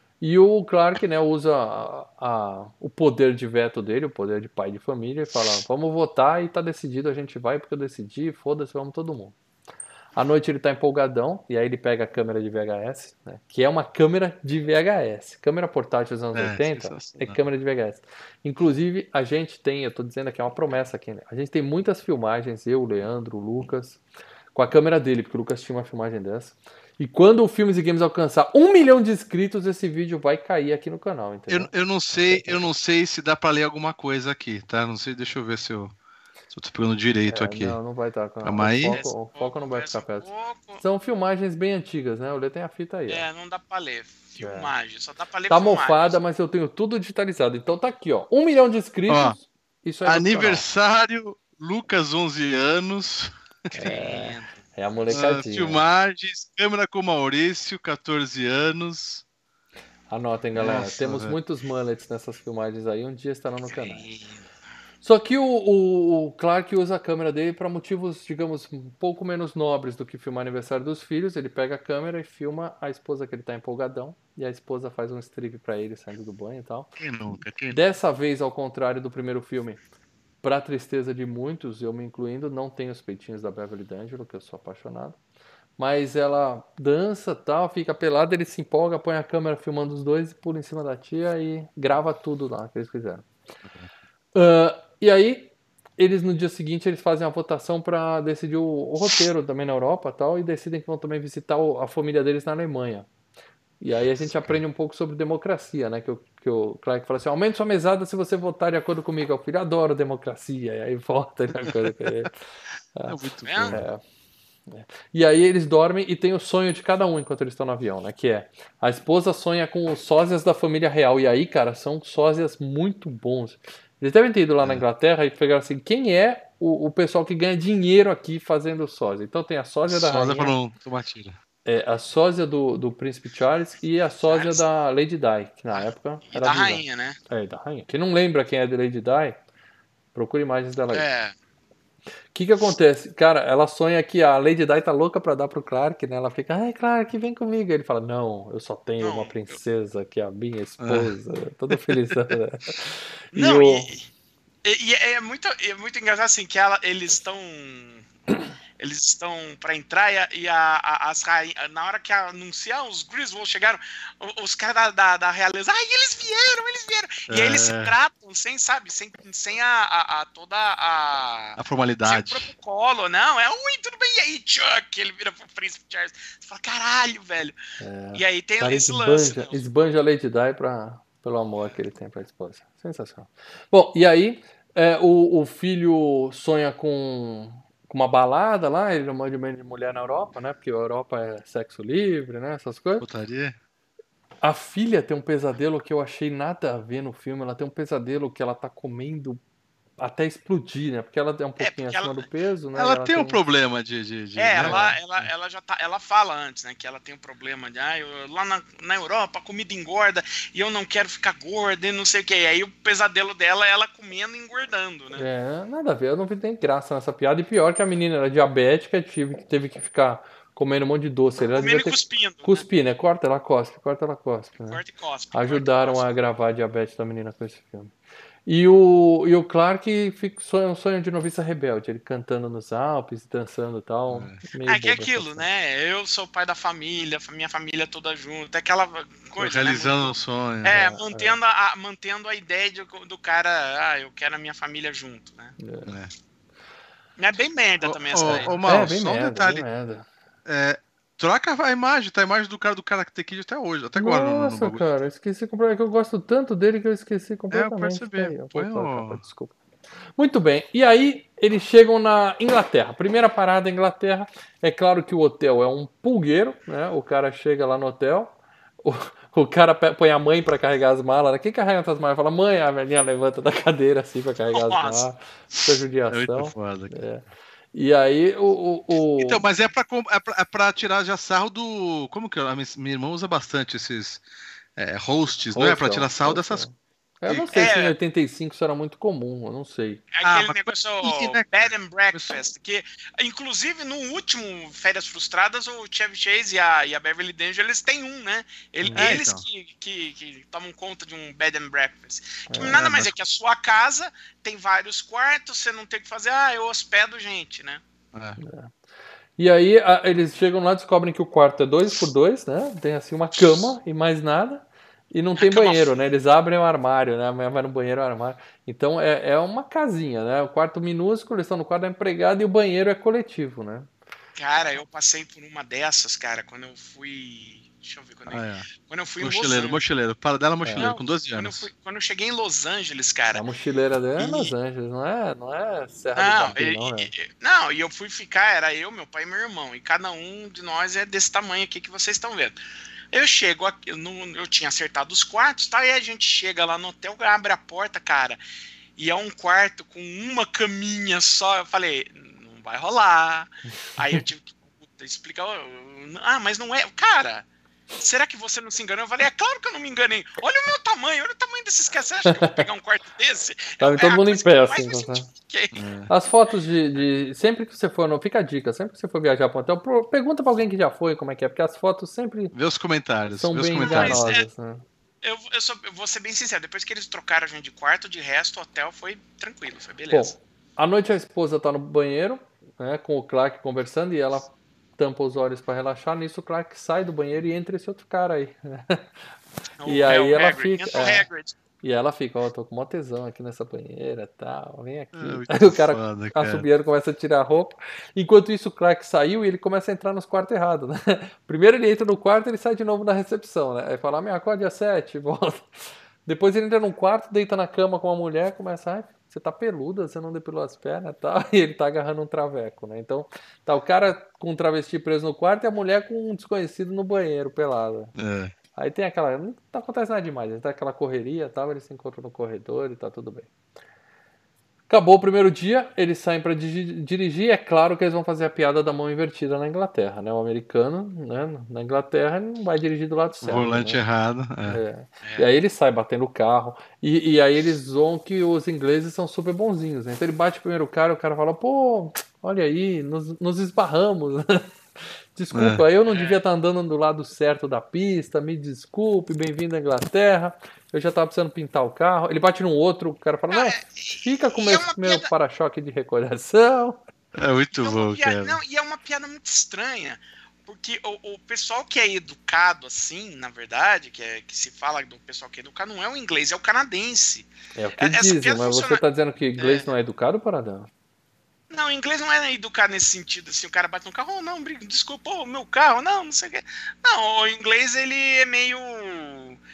E o Clark, né, usa a- a- o poder de veto dele, o poder de pai de família, e fala, vamos votar e tá decidido, a gente vai porque eu decidi, foda-se, vamos todo mundo. À noite ele tá empolgadão, e aí ele pega a câmera de V H S, né, que é uma câmera de V H S. Câmera portátil dos anos É, oitenta é sensacional. câmera de V H S. Inclusive, a gente tem, eu tô dizendo aqui, é uma promessa aqui, né? A gente tem muitas filmagens, eu, o Leandro, o Lucas, com a câmera dele, porque o Lucas tinha uma filmagem dessa. E quando o Filmes e Games alcançar um milhão de inscritos, esse vídeo vai cair aqui no canal, entendeu? Eu, eu não sei, eu não sei se dá pra ler alguma coisa aqui, tá? Não sei, deixa eu ver se eu, se eu tô pegando direito É, aqui. Não, não vai estar. Calma aí. O foco, o foco não vai Conversa ficar um perto. pouco. São filmagens bem antigas, né? O Lê tem a fita aí. ó. É, não dá pra ler. Filmagem, só dá pra ler Tá filmagem. mofada, mas eu tenho tudo digitalizado. Então tá aqui, ó. Um milhão de inscritos. Ó, Isso é do Aniversário, Lucas, onze anos. Credo. canal. É a Ah, molecadinha. filmagens, câmera com Maurício, catorze anos. Anotem, galera. Nossa, Temos velho. muitos mullets nessas filmagens aí. Um dia estarão no canal. Credo. Só que o, o, o Clark usa a câmera dele para motivos, digamos, um pouco menos nobres do que filmar aniversário dos filhos. Ele pega a câmera e filma a esposa que ele tá empolgadão. E a esposa faz um strip pra ele saindo do banho e tal. Quem nunca? Quem... Dessa vez, ao contrário do primeiro filme, pra tristeza de muitos, eu me incluindo, não tem os peitinhos da Beverly D'Angelo, que eu sou apaixonado. Mas ela dança tal, fica pelada, ele se empolga, põe a câmera filmando os dois, pula em cima da tia e grava tudo lá que eles fizeram. Ah, e aí, eles no dia seguinte eles fazem a votação para decidir o, o roteiro também na Europa tal, e decidem que vão também visitar o- a família deles na Alemanha. E aí a gente aprende um pouco sobre democracia, né? Que o, que o Clark fala assim, aumente sua mesada se você votar de acordo comigo. O filho adora democracia. E aí vota de acordo com ele. É muito Tá bom. É. E aí eles dormem e tem o sonho de cada um enquanto eles estão no avião, né? Que é, a esposa sonha com os sósias da família real. E aí, cara, são sósias muito bons. Eles devem ter ido lá na Inglaterra e pegaram assim, quem é o, o pessoal que ganha dinheiro aqui fazendo sósia? Então tem a sósia da Só rainha, dá pra não tomar tiro. é, a sósia do, do príncipe Charles e a sósia Charles. da Lady Di, que na época E era da viva. rainha, né? É, da rainha. Quem não lembra quem é de Lady Di, procura imagens dela aí. É. O que que acontece? Cara, ela sonha que a Lady Di tá louca pra dar pro Clark, né? Ela fica, ai, Clark, vem comigo. Ele fala, não, eu só tenho Não, uma eu- princesa que é a minha esposa. Toda feliz. Né? E Não, o- e, e- e é, muito, é muito engraçado assim, que ela- eles estão. Eles estão pra entrar e, a, e a- a- as rainhas. Na hora que anunciar os Griswold chegaram, o- os caras da, da, da realeza, ai, eles vieram, eles vieram. E aí eles se É. tratam sem, sabe, sem, sem a, a- a- toda a. A Sem formalidade. o protocolo, não, é ui, tudo bem, e aí, Chuck? Ele vira pro príncipe Charles. Você fala, caralho, velho. E aí tem É. cara esse lance. esbanja, né? esbanja a Lady Di pra, pelo amor que ele tem pra esposa. Sensacional. Bom, e aí É, o, o filho sonha com, com uma balada lá, ele não manda de mulher na Europa, né? Porque a Europa é sexo livre, né? Essas coisas. Putaria? A filha tem um pesadelo que eu achei nada a ver no filme. Ela tem um pesadelo que ela tá comendo até explodir, né? Porque ela é um É, pouquinho porque acima ela, do peso, né? E Ela ela tem um tem. problema de. de, de, é, né? ela, ela, ela já tá, ela fala antes, né, que ela tem um problema de, ah, eu- lá na, na Europa a comida engorda e eu não quero ficar gorda e não sei o que. E aí o pesadelo dela é ela comendo e engordando, né? É, nada a ver. Eu não vi nem graça nessa piada. E pior que a menina era diabética, tive, teve que ficar comendo um monte de doce. Ela devia Comendo e ter cuspindo, né? cuspir, né? Corta, ela cospe, corta, ela cospe, né? Corta e cospe, corta e Ajudaram cospe. a agravar a diabetes da menina com esse filme. E o, e o Clark fica, sonha um sonho de noviça rebelde, ele cantando nos Alpes, dançando e tal. Meio Ah, que é bobo essa aquilo, cena. né? Eu sou o pai da família, minha família toda junto, aquela coisa, né? Realizando um sonho. É, mantendo a, mantendo a ideia de- do cara, ah, eu quero a minha família junto, né? É. É bem merda Ô, também essa ô, daí. ô, né? Mal, É, bem só um merda, detalhe. bem merda. É, troca a imagem, tá? A imagem do cara do Karate Kid até hoje, até agora no, no Nossa, bagulho. cara, eu esqueci completamente, que eu gosto tanto dele que eu esqueci É, eu completamente. Tá percebi. aí, eu vou Põe pôr a o... capa, desculpa. Muito bem, e aí eles chegam na Inglaterra. Primeira parada, Inglaterra. É claro que o hotel é um pulgueiro, né? O cara chega lá no hotel, o, o cara pe- põe a mãe pra carregar as malas. Né? Quem carrega essas malas? Fala, mãe, a velhinha levanta da cadeira assim pra carregar as Nossa. malas. Muita É muito judiação. foda. cara. É. E aí o, o, o- Então, mas é pra, com- é, pra, é pra tirar já sarro do... Como que é? A minha, minha irmã usa bastante esses é, hosts, não é? Pra Hostel, tirar sarro hostel. dessas... Eu não sei É. se em oitenta e cinco isso era muito comum, eu não sei. É Ah, aquele mas negócio e, né, bed and breakfast, que inclusive no último Férias Frustradas o Chevy Chase e a, e a Beverly D'Angelo eles têm um, né? Ele- É, eles então. que, que, que tomam conta de um bed and breakfast. Que É, nada mais mas- é que a sua casa tem vários quartos, você não tem que fazer, ah, eu hospedo gente, né? É. E aí a- eles chegam lá e descobrem que o quarto é dois por dois, né? Tem assim uma cama e mais nada. E não tem cama banheiro, funda. né? Eles abrem o armário, né? A mulher vai no banheiro, é o armário. Então é, é uma casinha, né? O quarto minúsculo, eles estão no quarto da empregada e o banheiro é coletivo, né? Cara, eu passei por uma dessas, cara, quando eu fui. Deixa eu ver quando eu, Ah, é. quando eu fui em Los Mochileiro, Angeles. mochileiro. Para dela, mochileiro, Não, com doze quando eu, anos. fui- quando eu cheguei em Los Angeles, cara. A mochileira dele é E- Los Angeles, não é, não é Serra Não, do Japi, e, não, né? e- não, e eu fui ficar, era eu, meu pai e meu irmão, e cada um de nós é desse tamanho aqui que vocês estão vendo. Eu chego aqui, eu, não- eu tinha acertado os quartos, tá? E a gente chega lá no hotel, abre a porta, cara, e é um quarto com uma caminha só. Eu falei, não vai rolar. Aí eu tive que puta, explicar, ah, mas não é, cara. Será que você não se enganou? Eu falei, é claro que eu não me enganei. Olha o meu tamanho, olha o tamanho desses caras. Você acha que eu vou pegar um quarto desse? Tava É todo a mundo em coisa pé, que eu mais assim, me então, tá? identifiquei. As fotos de, de- Sempre que você for. Não, fica a dica, sempre que você for viajar para um hotel, pro- pergunta pra alguém que já foi como é que é, porque as fotos sempre Vê os comentários, são vê os bem comentários. Mas, é- enganosas. Né? Eu, eu, sou- eu vou ser bem sincero, depois que eles trocaram a gente de quarto, de resto, o hotel foi tranquilo, foi beleza. Bom, à noite a esposa tá no banheiro, né, com o Clark conversando e ela tampa os olhos pra relaxar. Nisso o Clark sai do banheiro e entra esse outro cara aí. O- E é aí o ela Hagrid, fica. entra o é, Hagrid. e ela fica, ó, tô com mó tesão aqui nessa banheira e tal, vem aqui. É, muito Aí o cara, foda, cara. assobiando, começa a tirar a roupa. Enquanto isso, o Clark saiu e ele começa a entrar nos quartos errados, né? Primeiro ele entra no quarto e ele sai de novo na recepção, né? Aí fala, ah, me acorde às sete, volta. Depois ele entra num quarto, deita na cama com uma mulher, começa, ai, você tá peluda, você não depilou as pernas e tal. E ele tá agarrando um traveco, né? Então, tá o cara com um travesti preso no quarto e a mulher com um desconhecido no banheiro, pelada. É. Aí tem aquela. Não acontece nada demais, tá aquela correria e tal, eles se encontram no corredor e tá tudo bem. Acabou o primeiro dia, eles saem pra digi- dirigir. É claro que eles vão fazer a piada da mão invertida na Inglaterra, né? O americano, né? Na Inglaterra, ele não vai dirigir do lado certo. Volante né? errado. É. É. E aí ele sai batendo o carro. E, e aí eles zoam que os ingleses são super bonzinhos, né? Então ele bate primeiro o cara, o cara fala, pô, olha aí, nos, nos esbarramos. Desculpa, eu não devia estar andando do lado certo da pista, me desculpe, bem-vindo à Inglaterra. Eu já estava precisando pintar o carro. Ele bate num outro, o cara fala, não, fica com e meu, é uma meu piada- para-choque de recordação. É muito É uma bom, piada- cara. não, e é uma piada muito estranha. Porque o, o pessoal que é educado assim, na verdade, que, é, que se fala do pessoal que é educado, não é o inglês, é o canadense. É o que Essa dizem, piada mas você funciona- está dizendo que inglês É. não é educado, Paradão? Não, o inglês não é educado nesse sentido, assim, o cara bate no carro, oh, não, briga, desculpa, oh, meu carro, não, não sei o que. Não, o inglês, ele é meio...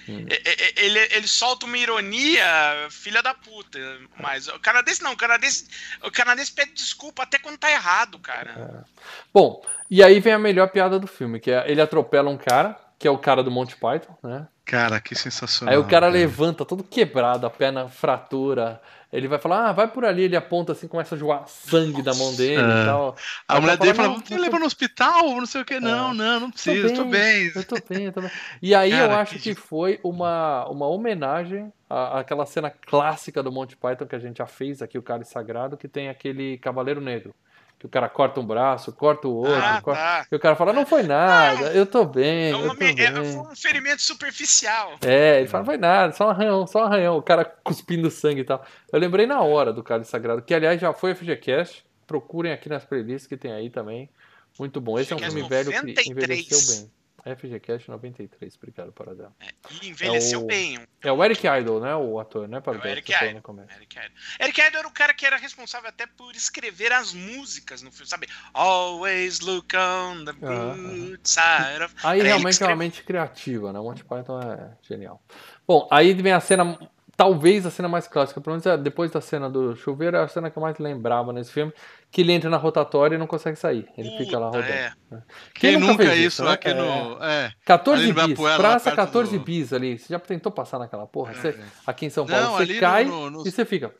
Hum. Ele, ele solta uma ironia, filha da puta. Mas o canadense não, o canadense, o canadense pede desculpa até quando tá errado, cara. É. Bom, e aí vem a melhor piada do filme, que é ele atropela um cara, que é o cara do Monty Python, né? Cara, que sensacional. Aí o cara cara. levanta todo quebrado, a perna fratura. Ele vai falar, ah, vai por ali, ele aponta assim, começa a joar sangue da mão dele é. e tal. A aí mulher dele fala, não, você leva no hospital, não sei o que, não, é. não, não precisa, eu tô bem. Eu tô bem, eu tô bem. E aí cara, eu acho que, que foi uma, uma homenagem à, àquela cena clássica do Monty Python que a gente já fez aqui, o Cálice Sagrado, que tem aquele Cavaleiro Negro. Que o cara corta um braço, corta o outro, ah, corta... Tá. e o cara fala, não foi nada, não, eu tô bem, é uma, eu tô bem. É, foi um ferimento superficial. É, ele fala, não foi nada, só um arranhão, só um arranhão, o cara cuspindo sangue e tal. Eu lembrei na hora do Cálice Sagrado, que aliás já foi F G Cast, procurem aqui nas playlists que tem aí também, muito bom. Esse é um filme velho que envelheceu bem. F G Cast noventa e três, obrigado, Paradela. É, e envelheceu é o, bem. Um... É o Eric Idle, né? O ator, né? Paradela, é o Eric Idle. Eric Idle. Eric Idle era o cara que era responsável até por escrever as músicas no filme, sabe? Always look on the good ah, side of... Aí era realmente escreve... é uma mente criativa, né? O Monty Python é genial. Bom, aí vem a cena... Talvez a cena mais clássica, pelo menos depois da cena do chuveiro, é a cena que eu mais lembrava nesse filme, que ele entra na rotatória e não consegue sair. Ele Puta, fica lá rodando. É. Quem, Quem nunca fez isso, né? Aqui é. no... É. quatorze bis, praça quatorze do... bis ali. Você já tentou passar naquela porra? É. Você, aqui em São Paulo, não, você cai no, no... e você fica...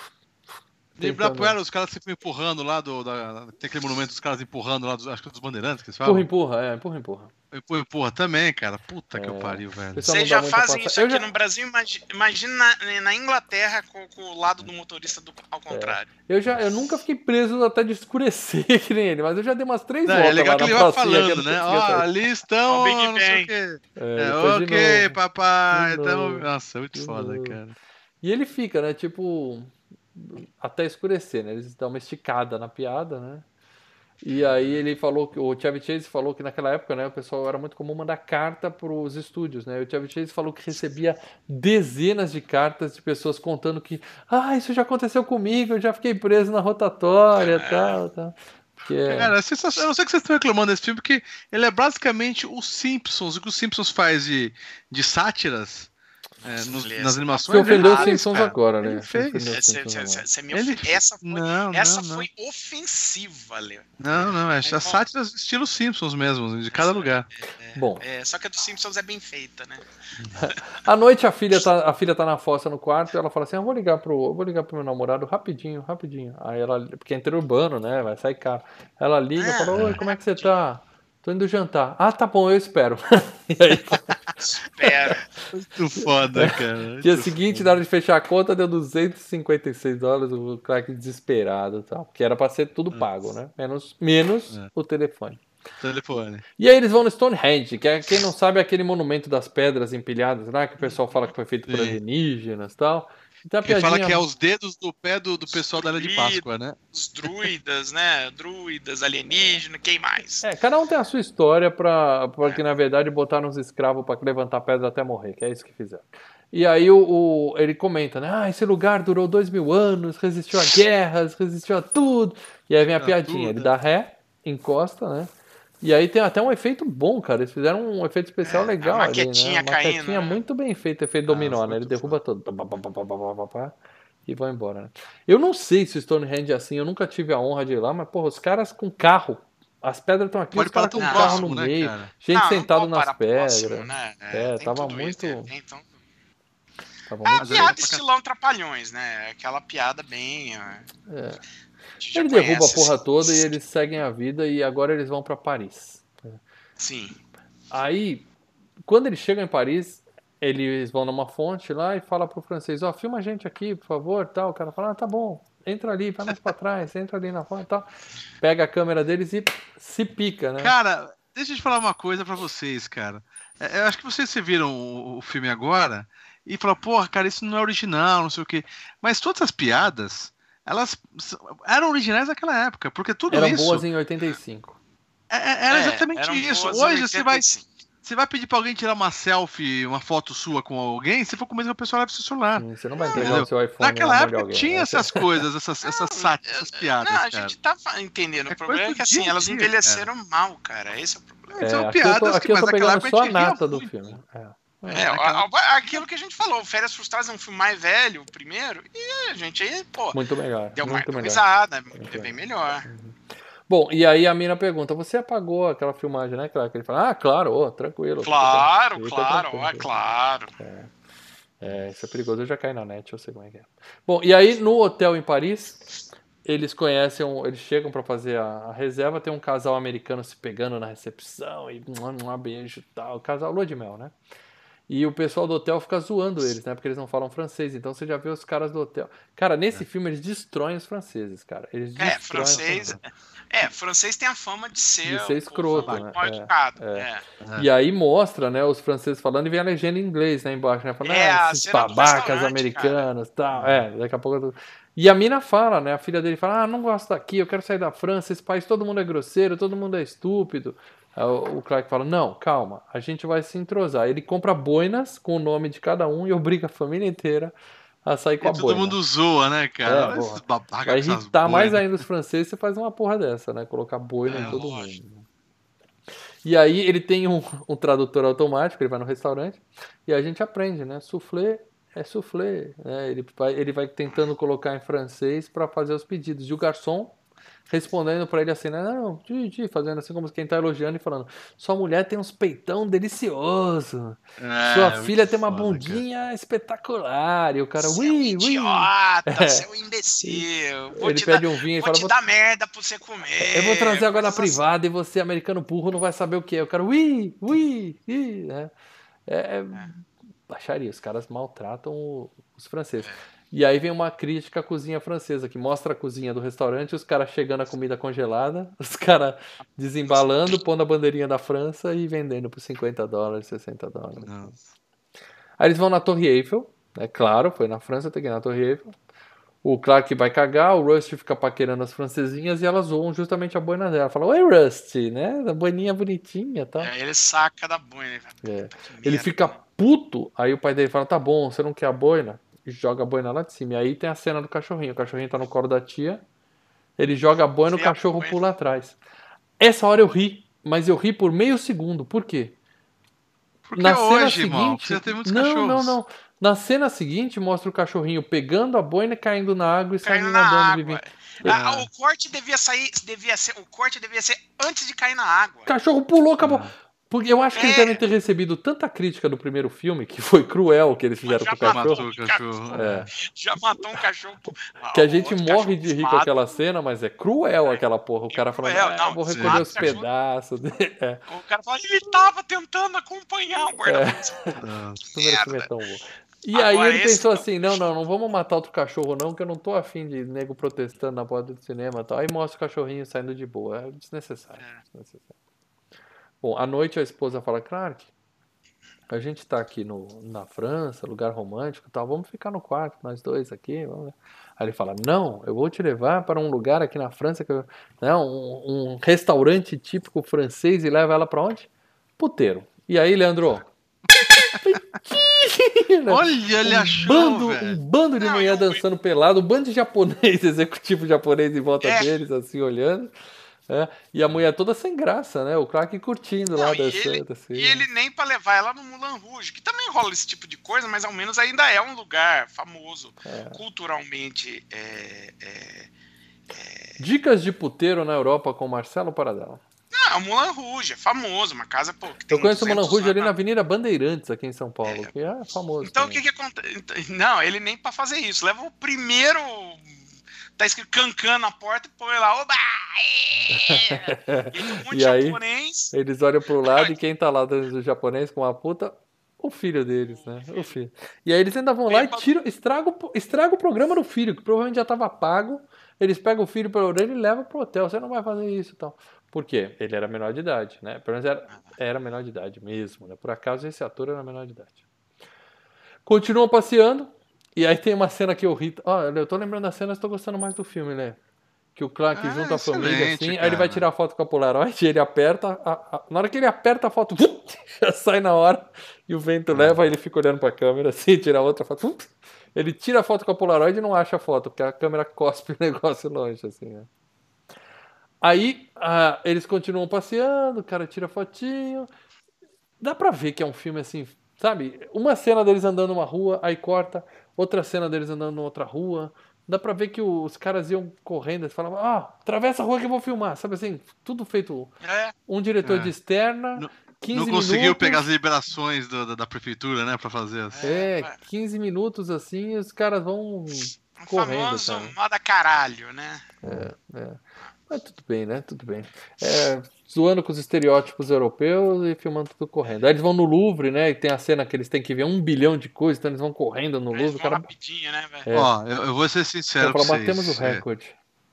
De Ibirapuera, os caras ficam empurrando lá do... Da, tem aquele monumento dos caras empurrando lá, dos, acho que dos bandeirantes que eles falam. Empurra, empurra, é, empurra, empurra. Empurra, empurra também, cara. Puta é. que eu pariu, velho. Vocês já fazem isso aqui já... no Brasil, imagina na, na Inglaterra com, com o lado do motorista do, ao contrário. É. Eu, já, eu nunca fiquei preso até de escurecer que nem ele, mas eu já dei umas três não, voltas é legal lá que na ele vai falando, né? Ó, oh, ali estão, Big não sei o quê. É, é, ok, papai. Então... Nossa, é muito de foda, novo. cara. E ele fica, né, tipo... até escurecer, né? Eles dão uma esticada na piada, né? E aí ele falou que o Chevy Chase falou que naquela época, né, o pessoal era muito comum mandar carta para os estúdios, né? E o Chevy Chase falou que recebia dezenas de cartas de pessoas contando que, ah, isso já aconteceu comigo, eu já fiquei preso na rotatória, é. tal, tal. Que é... Cara, eu não sei que vocês estão reclamando desse filme, porque ele é basicamente os Simpsons, o que os Simpsons faz de, de sátiras. É, nos, nas animações. Você ofendeu os Simpsons cara. agora, né? Ele fez. Cê, cê, cê, cê me ele... Essa foi, não, essa não, foi não. ofensiva, Léo. Não, não, é as sátiras estilo Simpsons mesmo, de cada lugar. É, Bom. É, só que a dos Simpsons é bem feita, né? À noite a filha tá, a filha tá na fossa no quarto e ela fala assim: eu vou ligar pro, eu vou ligar pro meu namorado rapidinho, rapidinho. Aí ela, porque é interurbano, né? Vai sair caro. Ela liga e ah, fala: oi, como é que você tá? Tô indo jantar. Ah, tá bom, eu espero. E aí... Espero. Muito foda, cara. Muito Dia seguinte, foda. Na hora de fechar a conta, deu duzentos e cinquenta e seis dólares, o craque desesperado e tal. Porque era pra ser tudo pago, né? Menos, menos é. o telefone. Telefone. E aí eles vão no Stonehenge, que é, quem não sabe, é aquele monumento das pedras empilhadas lá, que o pessoal fala que foi feito por alienígenas e tal. Então, Ele piadinha... fala que é os dedos do pé do, do pessoal da Ilha de Páscoa, né? Os druidas, né? Druidas, alienígenas, quem mais? É, cada um tem a sua história pra, porque, é. na verdade, botaram uns escravos pra levantar pedra até morrer, que é isso que fizeram. E aí o, o, ele comenta, né? Ah, esse lugar durou dois mil anos, resistiu a guerras, resistiu a tudo. E aí vem a piadinha, tudo. Ele dá ré, encosta, né? E aí tem até um efeito bom, cara. Eles fizeram um efeito especial é, legal. A maquetinha ali, né? Uma caindo. Maquetinha né? muito bem feita, efeito dominó, ah, né? Ele derruba todo. E vai embora, né? Eu não sei se o Stonehenge é assim, eu nunca tive a honra de ir lá, mas, porra, os caras com carro. As pedras estão aqui, Pode os caras com um carro no né, meio. cara? Gente não, sentado não nas pedras. Próximo, né? É, é tava muito. Isso, né? então... tava é muito... a piada estilão Trapalhões, né? Aquela piada bem. É. Ele derruba a porra toda e eles seguem a vida e agora eles vão pra Paris. Sim. Aí, quando eles chegam em Paris, eles vão numa fonte lá e falam pro francês, ó, oh, filma a gente aqui, por favor, tal. O cara fala, ah, tá bom, entra ali, vai mais pra trás, entra ali na fonte e tal. Pega a câmera deles e se pica, né? Cara, deixa eu te falar uma coisa pra vocês, cara. Eu acho que vocês se viram o, o filme agora e falaram, porra, cara, isso não é original, não sei o quê. Mas todas as piadas, elas eram originais naquela época, porque tudo eram isso... Eram boas em oitenta e cinco. É, era exatamente é, isso. Hoje você vai, você vai pedir pra alguém tirar uma selfie, uma foto sua com alguém, se for com o mesmo pessoal, leva o seu celular. Sim, você não vai entregar o seu iPhone. Naquela época tinha essas coisas, essas, essas, sátiras, essas piadas. Não, a gente tá entendendo. É o problema é que assim, elas envelheceram cara. mal, cara. Esse é o problema. É, são piadas eu tô, aqui que, eu tô pegando só a nata do filme. É. É, a, a, aquilo que a gente falou, Férias Frustradas é um filme mais velho, o primeiro, e a gente aí, pô, muito melhor, deu muito mais melhor. risada, é bem melhor. Uhum. Bom, e aí a mina pergunta, você apagou aquela filmagem, né, Clark? Ele fala, ah, claro, oh, tranquilo. Claro, fica, claro, fica ó, é claro. É, é, isso é perigoso, eu já caí na net, eu sei como é que é. Bom, e aí no hotel em Paris, eles conhecem, um, eles chegam pra fazer a, a reserva, tem um casal americano se pegando na recepção, e um, um beijo e tal, casal lua de mel, né? E o pessoal do hotel fica zoando eles, né? Porque eles não falam francês. Então você já vê os caras do hotel. Cara, nesse é. filme eles destroem os franceses, cara. Eles é, francês. É, francês tem a fama de ser, de ser escroto, né? mal educado. É, é. É. E aí mostra, né, os franceses falando e vem a legenda em inglês, né, embaixo, né? Falando, é, ah, esses babacas americanos e tal. É, daqui a pouco. E a mina fala, né? A filha dele fala, ah, não gosto daqui, eu quero sair da França, esse país todo mundo é grosseiro, todo mundo é estúpido. O Clark fala, não, calma, a gente vai se entrosar. Ele compra boinas com o nome de cada um e obriga a família inteira a sair com e a todo boina. Todo mundo zoa, né, cara? É, esses vai irritar mais ainda os franceses, você faz uma porra dessa, né? Colocar boina é, em todo lógico. mundo. E aí ele tem um, um tradutor automático, ele vai no restaurante e a gente aprende, né? Soufflé é soufflé. Né? Ele, vai, ele vai tentando colocar em francês para fazer os pedidos. E o garçom respondendo pra ele assim, né? Não, Gigi, fazendo assim como quem tá elogiando e falando, sua mulher tem uns peitão delicioso, é, sua filha tem uma foda, bundinha cara. espetacular, e o cara, ui, ui. idiota, é. Seu imbecil, vou ele te pede dar, um vinho e vou fala, te vou... dar merda pra você comer. Eu vou trazer agora na privada assim. E você, americano burro, não vai saber o que é. O cara, ui, ui, ui, né? É, é baixaria, os caras maltratam os franceses. É. E aí vem uma crítica à cozinha francesa, que mostra a cozinha do restaurante, os caras chegando a comida congelada, os caras desembalando, pondo a bandeirinha da França e vendendo por cinquenta dólares, sessenta dólares. Nossa. Aí eles vão na Torre Eiffel, é claro, foi na França, tem que ir na Torre Eiffel. O Clark vai cagar, o Rusty fica paquerando as francesinhas e elas zoam justamente a boina dela. Fala, oi Rusty, né? A boininha bonitinha e tal. É, ele saca da boina. É. Ele fica puto, aí o pai dele fala, tá bom, você não quer a boina? Joga a boina lá de cima. E aí tem a cena do cachorrinho. O cachorrinho tá no colo da tia. Ele joga a boina e o cachorro pula atrás. Essa hora eu ri. Mas eu ri por meio segundo. Por quê? Porque na cena hoje, seguinte, irmão, você tem muitos não, cachorros. Não, não, não. Na cena seguinte, mostra o cachorrinho pegando a boina, caindo na água e caindo saindo na nadando. Água. Ah, o corte devia sair, devia ser, o corte devia ser antes de cair na água. O cachorro pulou, acabou. Ah. Porque eu acho que é. eles devem ter recebido tanta crítica do primeiro filme, que foi cruel que eles fizeram com o cachorro. O cachorro. É. Já matou um cachorro. Que a gente morre de rir com aquela cena, mas é cruel é. aquela porra. O cara falando, ah, eu vou recolher os pedaços. É. O cara fala, ele tava tentando acompanhar o guarda-roupa. É. O primeiro filme é tão bom. E Agora aí ele pensou assim, não, não, não vamos matar outro cachorro não, que eu não tô afim de nego protestando na porta do cinema e tal. Aí mostra o cachorrinho saindo de boa. É desnecessário. É. desnecessário. Bom, à noite a esposa fala, Clark, a gente tá aqui no, na França, lugar romântico e tal, vamos ficar no quarto, nós dois aqui. Vamos... Aí ele fala, não, eu vou te levar para um lugar aqui na França, que eu... né, um, um restaurante típico francês, e leva ela para onde? Puteiro. E aí, Leandro? Olha, ele um achou, bando, velho. Um bando de mulher dançando pelado, um bando de japonês, executivo japonês em volta é. deles, assim, olhando. É, e a mulher toda sem graça, né? O Clark curtindo não, lá, e dançando. Ele, assim. E ele nem pra levar ela no Moulin Rouge, que também rola esse tipo de coisa, mas ao menos ainda é um lugar famoso, é. culturalmente. É, é, é... Dicas de puteiro na Europa com Marcelo Paradela. Não, o Moulin Rouge é famoso, uma casa, pô, que tem Eu conheço o Moulin Rouge ali na Avenida Bandeirantes, aqui em São Paulo, é. que é famoso. Então também. o que que acontece? Não, ele nem pra fazer isso. Leva o primeiro... Tá escrito Cancan na porta e põe lá, oba! E tem um monte e de aí, japonês. Eles olham pro lado e quem tá lá do japonês com a puta, o filho deles, né? O filho. E aí eles ainda vão lá e tiram, estragam, estragam o programa do filho, que provavelmente já tava pago. Eles pegam o filho pela orelha e levam pro hotel. Você não vai fazer isso e tal. Por quê? Ele era menor de idade, né? Pelo menos era, era menor de idade mesmo, né? Por acaso esse ator era menor de idade. Continuam passeando. E aí tem uma cena que eu ri. Ó, eu tô lembrando da cena, eu tô gostando mais do filme, né? Que o Clark ah, junta a família assim, cara. Aí ele vai tirar a foto com a Polaroid, ele aperta, a, a, na hora que ele aperta a foto, já sai na hora, e o vento ah. leva, aí ele fica olhando pra câmera assim, tira outra foto, ele tira a foto com a Polaroid e não acha a foto, porque a câmera cospe o negócio longe, assim, né? Aí ah, eles continuam passeando, o cara tira fotinho, dá pra ver que é um filme assim, sabe? Uma cena deles andando numa rua, aí corta, outra cena deles andando numa outra rua. Dá pra ver que os caras iam correndo, eles falavam, ah, atravessa a rua que eu vou filmar, sabe assim? Tudo feito. É. Um diretor É. de externa, Não- quinze Não minutos. conseguiu pegar as liberações do- da, da prefeitura, né, pra fazer assim. É, É. quinze minutos assim, e os caras vão Um correndo, famoso cara. moda caralho, né? É. Mas tudo bem, né? Tudo bem. É, zoando com os estereótipos europeus e filmando tudo correndo. Aí eles vão no Louvre, né? E tem a cena que eles têm que ver um bilhão de coisas, então eles vão correndo no Eles Louvre. O vão cara rapidinho, né, velho? É. Ó, eu, eu vou ser sincero fala, com vocês. batemos o é, recorde.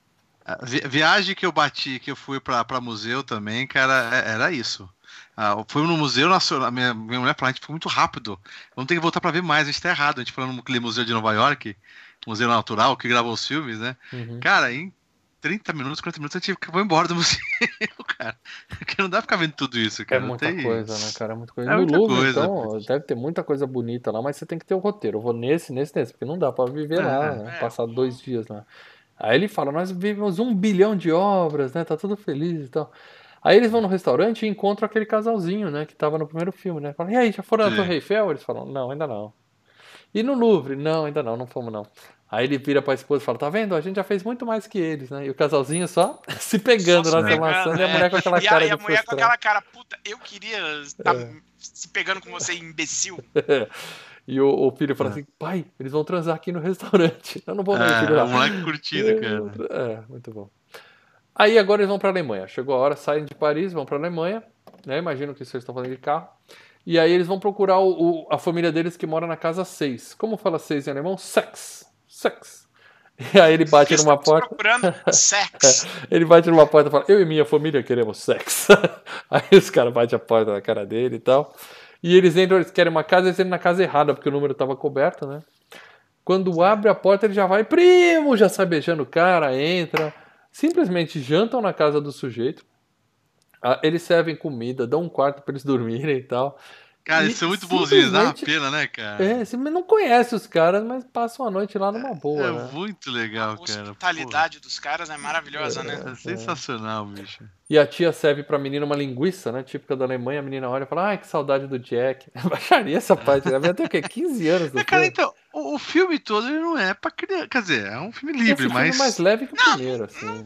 a vi- viagem que eu bati, que eu fui pra, pra museu também, cara, é- era isso. Ah, eu fui no Museu Nacional, minha, minha mulher falou, a gente foi muito rápido, vamos ter que voltar pra ver mais, a gente tá errado. A gente foi no museu de Nova York, Museu Natural, que gravou os filmes, né? Uhum. Cara, em trinta minutos, quarenta minutos, a gente foi embora do museu, cara. Porque não dá pra ficar vendo tudo isso, É cara. não muita tem... coisa, né, cara? É muita coisa. É No muita Louvre, coisa. então, deve ter muita coisa bonita lá, mas você tem que ter o roteiro. Eu vou nesse, nesse, nesse, porque não dá pra viver lá, né? é. Passar dois dias lá. Aí ele fala, nós vivemos um bilhão de obras, né? Tá tudo feliz e tal. Aí eles vão no restaurante e encontram aquele casalzinho, né? Que tava no primeiro filme, né? Falam, e aí, já foram na Sim. Torre Eiffel? Eles falam, não, ainda não. E no Louvre? Não, ainda não, não fomos não. Aí ele vira pra esposa e fala, tá vendo? A gente já fez muito mais que eles, né? E o casalzinho só se pegando Só na se filmação pegando, e a é. mulher com aquela E a, cara e a de mulher com frustrada. aquela cara, puta, eu queria estar É. se pegando com você, imbecil. E o, o filho fala É. assim, pai, eles vão transar aqui no restaurante. Eu não vou não, filho É, lá. o moleque curtindo, cara. É, muito bom. Aí agora eles vão pra Alemanha. Chegou a hora, saem de Paris, vão pra Alemanha, né? Imagino que vocês estão falando de carro. E aí eles vão procurar o, o- a família deles que mora na casa seis. Como fala seis em alemão? Sex. Sex. E aí ele bate Eles numa estão porta. procurando sexo. Ele bate numa porta e fala, eu e minha família queremos sexo. Aí os caras batem a porta na cara dele e tal. E eles entram, eles querem uma casa, eles entram na casa errada, porque o número estava coberto, né? Quando abre a porta, ele já vai, primo, já sai beijando o cara, entra. Simplesmente jantam na casa do sujeito. Ah, eles servem comida, dão um quarto para eles dormirem e tal. Cara, E eles são muito bonzinhos, dá uma simplesmente- pena, né, cara? É, você não conhece os caras, mas passam a noite lá numa boa, É né? muito A legal, cara. hospitalidade dos caras é maravilhosa, né? Porra, é sensacional, bicho. E a tia serve pra menina uma linguiça, né? Típica da Alemanha. A menina olha e fala, ai, que saudade do Jack. Baixaria essa parte. Ela tem o quê? quinze anos do Mas, cara, filme. então, o, o filme todo ele não é pra criança. Quer dizer, é um filme Esse livre, filme mas é mais leve que o primeiro, assim.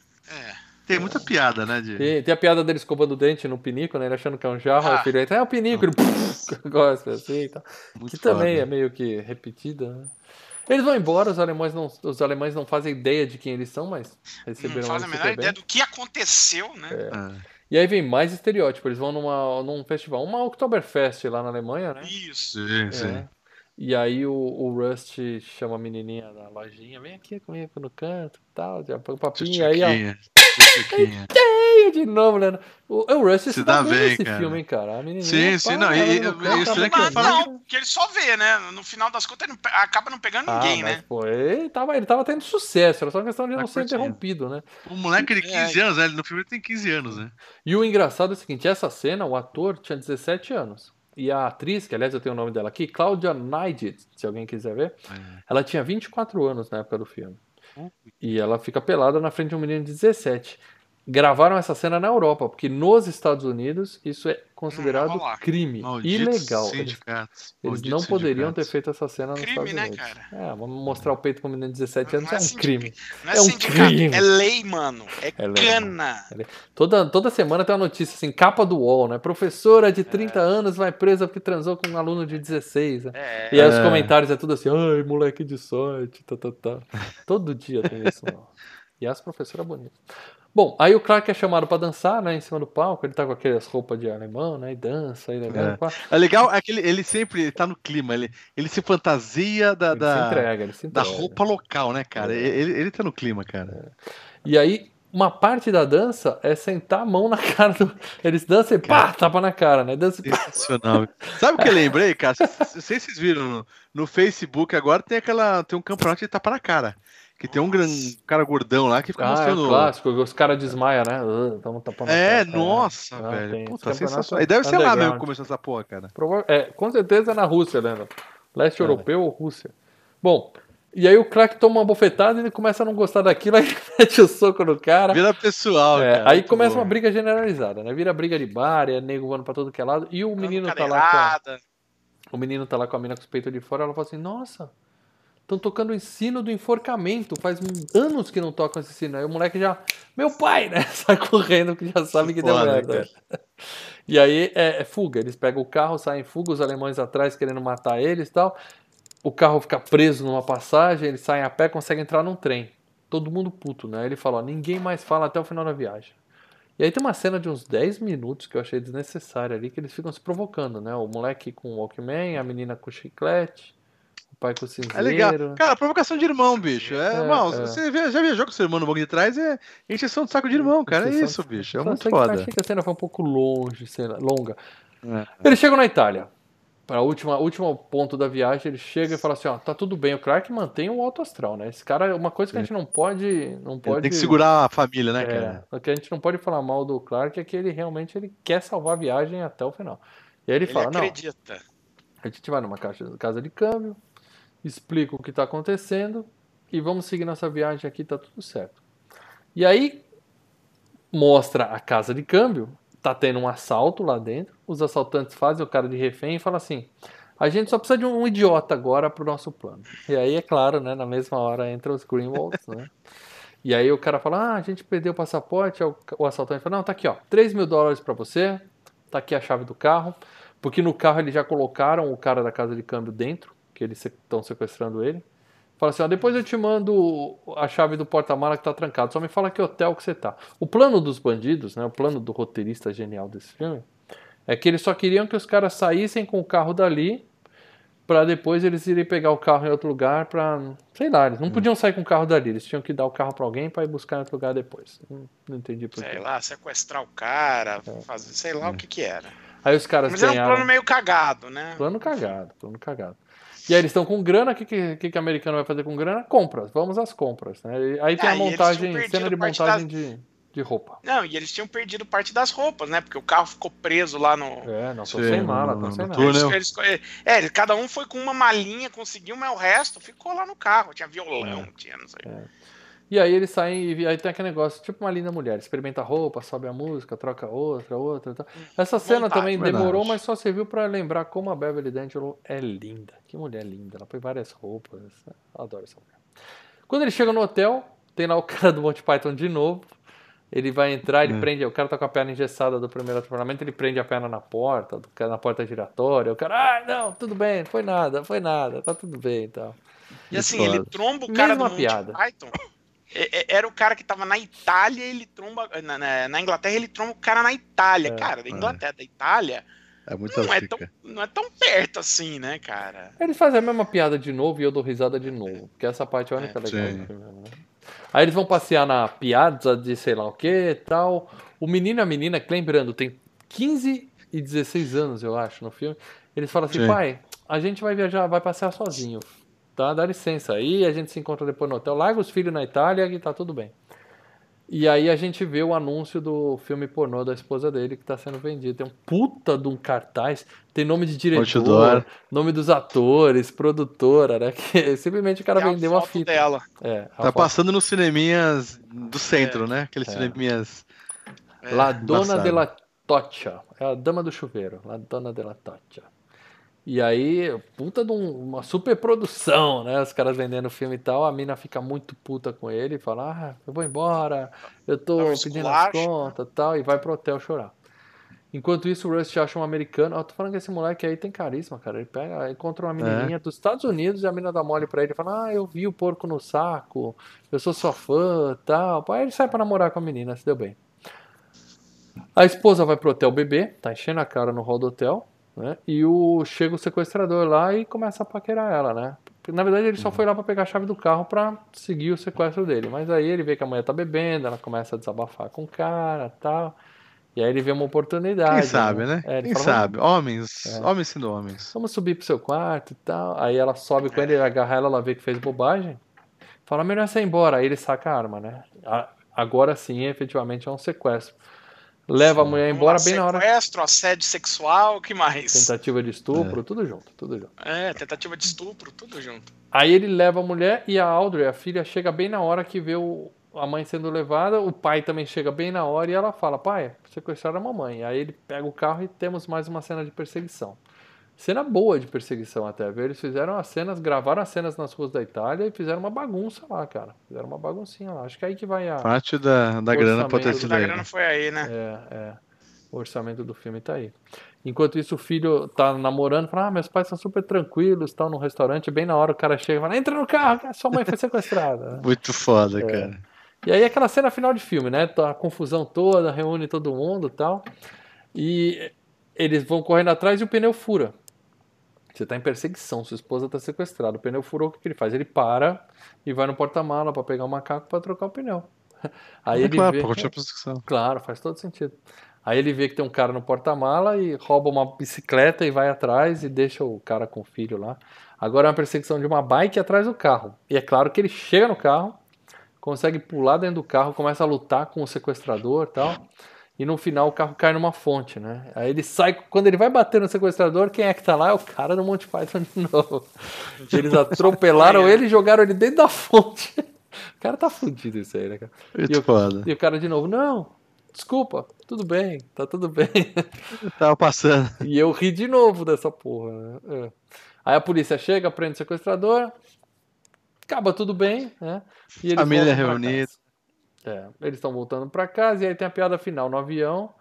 É. tem muita piada, né, de... Tem, tem a piada dele escovando o dente no pinico, né? Ele achando que é um jarro. Aí Ah. o filho entra, é o pinico. Ele gosta assim e tal. Muito Que também foda. é meio que repetida, né? Eles vão embora, os alemães não, os alemães não fazem ideia de quem eles são, mas receberam Não faz a eles menor super ideia bem. do que aconteceu, né? É. E aí vem mais estereótipo. Eles vão numa, num festival, uma Oktoberfest lá na Alemanha, né? Isso. Sim, É. sim. E aí o, o Rust chama a menininha da lojinha, vem aqui comigo no canto e tal, já põe o papinho, e aí ó, Tchutchuquinha. Tchutchuquinha. cheio de novo, né? O, o Rust se, Se dá dá bem bem, nesse cara. filme, hein, cara? A menininha, Sim, pá, sim, não, ela e- no e- canto, e isso ela é que Mas fala não, porque ele só vê, né? No final das contas, ele não pe- acaba não pegando ninguém, ah, mas, né? pô, ele tava, ele tava tendo sucesso, era só questão de Tá não ser curtindo. interrompido, né? O moleque de É. quinze anos, né? Ele- No filme ele tem quinze anos, né? E o engraçado é o seguinte, essa cena, o ator tinha dezessete anos. E a atriz, que aliás eu tenho o nome dela aqui, Claudia Neidit, se alguém quiser ver, ela tinha vinte e quatro anos na época do filme. E ela fica pelada na frente de um menino de dezessete. Gravaram essa cena na Europa, porque nos Estados Unidos isso é considerado Não ia rolar. crime, Malditos ilegal. Eles, sindicatos. eles Malditos não poderiam ter sindicatos. feito essa cena nos Crime, Estados né, Unidos. cara? É, vamos mostrar o peito para um menino de dezessete anos Não é é um sindicato. crime. Não é, É um sindicato, crime. é lei, mano. É, É lei, cana. Toda, toda semana tem uma notícia assim, capa do U O L, né? Professora de trinta anos vai presa porque transou com um aluno de dezesseis. Né? É. E aí os É. comentários é tudo assim, ai, moleque de sorte, tá, tá, tá. Todo dia tem isso. Não. E as professoras bonitas. Bom, aí o Clark é chamado pra dançar, né, em cima do palco, ele tá com aquelas roupas de alemão, né, e dança, e legal. É. pá. É legal é que ele, ele sempre ele tá no clima, ele, ele se fantasia da, Ele se da, entrega, ele se da entrega. roupa local, né, cara? É. Ele, ele tá no clima, cara. E aí, uma parte da dança é sentar a mão na cara do... Eles dançam e pá, tapa na cara, né, dança e pá. Sensacional. Sabe o que eu lembrei, cara? Não sei se vocês viram no, no Facebook agora, tem aquela tem um campeonato de tapa na cara. Que tem um, gran, um cara gordão lá que fica Ah, é mostrando. o clássico, os caras desmaiam, né, uh, tamo tapando na É, cara. nossa, Ah, velho. tem. Puta, Esse campeonato sensacional. E deve ser lá mesmo underground. que começou essa porra, cara. Prova- É, com certeza é na Rússia, Leandro. Leste É. europeu ou Rússia. Bom, e aí o Clark toma uma bofetada e ele começa a não gostar daquilo, aí ele mete o soco no cara. Vira pessoal, É, cara. aí muito começa bom. uma briga generalizada, né? Vira briga de bar, é nego voando pra todo que é lado. E o menino tá lá com a... Cadeirada. O menino tá lá com a mina com os peitos de fora, ela fala assim, nossa, estão tocando o ensino do enforcamento, faz anos que não tocam esse sino. Aí o moleque já, meu pai, né? Sai correndo que já sabe que deu Foda, merda. E aí é, é fuga, eles pegam o carro, saem em fuga, os alemães atrás querendo matar eles e tal. O carro fica preso numa passagem, eles saem a pé, conseguem entrar num trem. Todo mundo puto, né? Ele fala, ó, ninguém mais fala até o final da viagem. E aí tem uma cena de uns dez minutos que eu achei desnecessária ali, que eles ficam se provocando, né? O moleque com o Walkman, a menina com o chiclete, o pai com o É legal. cinzeiro. Cara, provocação de irmão, bicho. É, É, mal, é. você via- já viajou com o seu irmão no banco de trás, é encheção de saco de irmão, cara. É Exceção isso, de- bicho. É Só muito sei que eu foda. achei que a cena foi um pouco longe, cena, longa. É. Eles chegam na Itália. Para o último, último ponto da viagem, ele chega e fala assim, ó, tá tudo bem, o Clark mantém o alto astral, né? Esse cara é uma coisa que a gente não pode... Não Ele pode tem que segurar a família, né, é, cara? o que a gente não pode falar mal do Clark é que ele realmente ele quer salvar a viagem até o final. E aí ele, Ele fala, acredita. não, a gente vai numa caixa, casa de câmbio, explica o que tá acontecendo e vamos seguir nossa viagem aqui, tá tudo certo. E aí mostra a casa de câmbio, tá tendo um assalto lá dentro, os assaltantes fazem o cara de refém e falam assim, a gente só precisa de um idiota agora pro nosso plano. E aí, é claro, né, na mesma hora entra os Greenwalds, né? E aí o cara fala, ah, a gente perdeu o passaporte, o, o assaltante fala, não, tá aqui, ó, três mil dólares pra você, tá aqui a chave do carro, porque no carro eles já colocaram o cara da casa de câmbio dentro, que eles estão sequestrando ele. Fala assim, ó, depois eu te mando a chave do porta-mala que tá trancado, só me fala que hotel que você tá. O plano dos bandidos, né, o plano do roteirista genial desse filme, é que eles só queriam que os caras saíssem com o carro dali pra depois eles irem pegar o carro em outro lugar pra... Sei lá, eles não podiam sair com o carro dali, eles tinham que dar o carro pra alguém pra ir buscar em outro lugar depois. Não, não entendi por Sei quê. lá, sequestrar o cara, fazer, sei lá o que que era. Aí os caras Mas era um ganharam... plano meio cagado, né? Plano cagado, plano cagado. E aí eles estão com grana, o que, que, que que o americano vai fazer com grana? Compras, vamos às compras. Né? E aí tem Ah, a e eles montagem, tinham cena de perdido parte montagem das- de, de roupa. Não, e eles tinham perdido parte das roupas, né? Porque o carro ficou preso lá no. É, não, tô Sim, sem no- mala, no- tô no sem nada. túnel. Eles, eles- é, ele- cada um foi com uma malinha, conseguiu, mas o resto ficou lá no carro. Tinha violão, tinha, não sei. E aí eles saem e aí tem aquele negócio, tipo uma linda mulher, experimenta a roupa, sobe a música, troca outra, outra. Tá. Essa cena Montagem. também Verdade. demorou, mas só serviu pra lembrar como a Beverly D'Angelo é linda. Que mulher linda, ela põe várias roupas. Eu adoro essa mulher. Quando ele chega no hotel, tem lá o cara do Monty Python de novo. Ele vai entrar, ele É. prende, o cara tá com a perna engessada do primeiro atropelamento, ele prende a perna na porta, do cara na porta giratória. O cara, ah, não, tudo bem, não foi nada, foi nada, tá tudo bem e tal. E assim, foda. ele tromba o cara Mesma do Monty piada. Python. É- é- Era o cara que tava na Itália, ele tromba. Na, na- na Inglaterra, ele tromba o cara na Itália. É, cara, da Inglaterra, da Itália, É muita não é, tão, zica. não é tão perto assim, né, cara? Eles fazem a mesma piada de novo e eu dou risada de novo, porque essa parte é a única É, legal sim. do filme. Né? Aí eles vão passear na Piazza de sei lá o que e tal. O menino e a menina, que lembrando, tem quinze e dezesseis anos, eu acho, no filme. Eles falam assim, Sim. pai, a gente vai viajar, vai passear sozinho. Tá? Dá licença. Aí a gente se encontra depois no hotel. Larga os filhos na Itália e tá tudo bem. E aí a gente vê o anúncio do filme pornô da esposa dele que tá sendo vendido. Tem um puta de um cartaz, tem nome de diretor, Outdoor. nome dos atores, produtora, né? Que simplesmente o cara E a vendeu uma foto fita. dela. É, a Tá foto. passando nos cineminhas do centro, né? Aqueles É. cineminhas. É. La Donna embaçado. della Toccia. É a dama do chuveiro. La Donna della Toccia. E aí, puta de um- uma super produção, né? Os caras vendendo filme e tal. A mina fica muito puta com ele e fala: ah, eu vou embora, eu tô Dá um pedindo as esculacho, contas e tal. E vai pro hotel chorar. Enquanto isso, o Rust acha um americano. Eu tô falando que esse moleque aí tem carisma, cara. Ele pega, encontra uma menininha dos Estados Unidos e a menina dá mole pra ele e fala: ah, eu vi o porco no saco, eu sou sua fã e tal. Aí ele sai pra namorar com a menina, se deu bem. A esposa vai pro hotel beber, tá enchendo a cara no hall do hotel, né? E o, chega o sequestrador lá e começa a paquerar ela, né? Porque, na verdade, ele só foi lá pra pegar a chave do carro pra seguir o sequestro dele. Mas aí ele vê que a mulher tá bebendo, ela começa a desabafar com o cara e tal. E aí ele vê uma oportunidade. Quem sabe, né? É, ele Quem fala, sabe? Homens, É. homens sendo homens. Vamos subir pro seu quarto e tal. Aí ela sobe com ele, ele agarra ela, ela vê que fez bobagem. Fala, melhor você ir embora. Aí ele saca a arma, né? A- Agora sim, efetivamente, é um sequestro. Leva a mulher Vamos embora lá, bem na hora. Sequestro, assédio sexual, o que mais? Tentativa de estupro, tudo junto, tudo junto. É, tentativa de estupro, tudo junto. Aí ele leva a mulher e a Audrey, a filha, chega bem na hora que vê o, a mãe sendo levada. O pai também chega bem na hora e ela fala, pai, sequestraram a mamãe. Aí ele pega o carro e temos mais uma cena de perseguição. Cena boa de perseguição até, viu? Eles fizeram as cenas, gravaram as cenas nas ruas da Itália e fizeram uma bagunça lá, cara. Fizeram uma baguncinha lá. Acho que é aí que vai a... Parte da, da grana pode ter orçamento sido Da aí. grana foi aí, né? É, é. O orçamento do filme tá aí. Enquanto isso, o filho tá namorando, fala, ah, meus pais são super tranquilos, estão num restaurante, bem na hora o cara chega e fala, entra no carro, que a sua mãe foi sequestrada. Muito foda, cara. E aí aquela cena final de filme, né? Tá a confusão toda, reúne todo mundo e tal. E eles vão correndo atrás e o pneu fura. Você tá em perseguição, sua esposa tá sequestrada. O pneu furou, o que, que ele faz? Ele para e vai no porta-mala pra pegar o macaco pra trocar o pneu. Aí É ele claro, vê pra que... continuar a perseguição. Claro, faz todo sentido. Aí ele vê que tem um cara no porta-mala e rouba uma bicicleta e vai atrás e deixa o cara com o filho lá. Agora é uma perseguição de uma bike atrás do carro. E é claro que ele chega no carro, consegue pular dentro do carro, começa a lutar com o sequestrador e tal. E no final o carro cai numa fonte, né? Aí ele sai, quando ele vai bater no sequestrador, quem é que tá lá? É o cara do Monty Python de novo. Eles atropelaram ele e jogaram ele dentro da fonte. O cara tá fudido isso aí, né, cara? Muito E o, foda. e o cara de novo, não, desculpa, tudo bem, tá tudo bem. Tava passando. E eu ri de novo dessa porra, né? É. Aí a polícia chega, prende o sequestrador, acaba tudo bem, né? E eles Família voltam pra reunida. casa. É, eles estão voltando pra casa e aí tem a piada final no avião.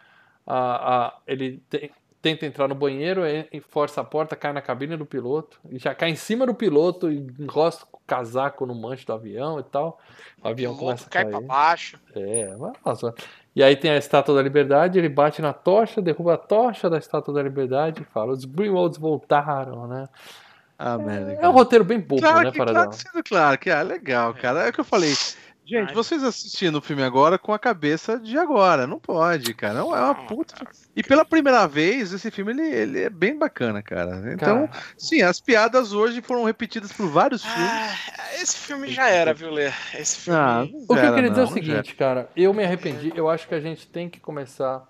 A, a, ele te- tenta entrar no banheiro, e, e força a porta, cai na cabine do piloto, e já cai em cima do piloto e enrosca o casaco no manche do avião e tal. O avião O começa louco a cai cair. pra baixo. É, mas, nossa. E aí tem a Estátua da Liberdade, ele bate na tocha, derruba a tocha da Estátua da Liberdade e fala: os Greenwalds voltaram, né? Ah, merda. É um cara. roteiro bem bobo, Claro né, que, Paradão? claro que sendo claro, que é legal, cara. É o que eu falei. Gente, Ai. vocês assistindo o filme agora com a cabeça de agora. Não pode, cara. É uma puta. E pela primeira vez, esse filme ele, ele é bem bacana, cara. Então, Cara, sim, as piadas hoje foram repetidas por vários filmes. Ah, esse filme já era, viu, Lê? Esse filme. Ah, o que eu era, queria dizer é o não, não seguinte, cara, eu me arrependi, eu acho que a gente tem que começar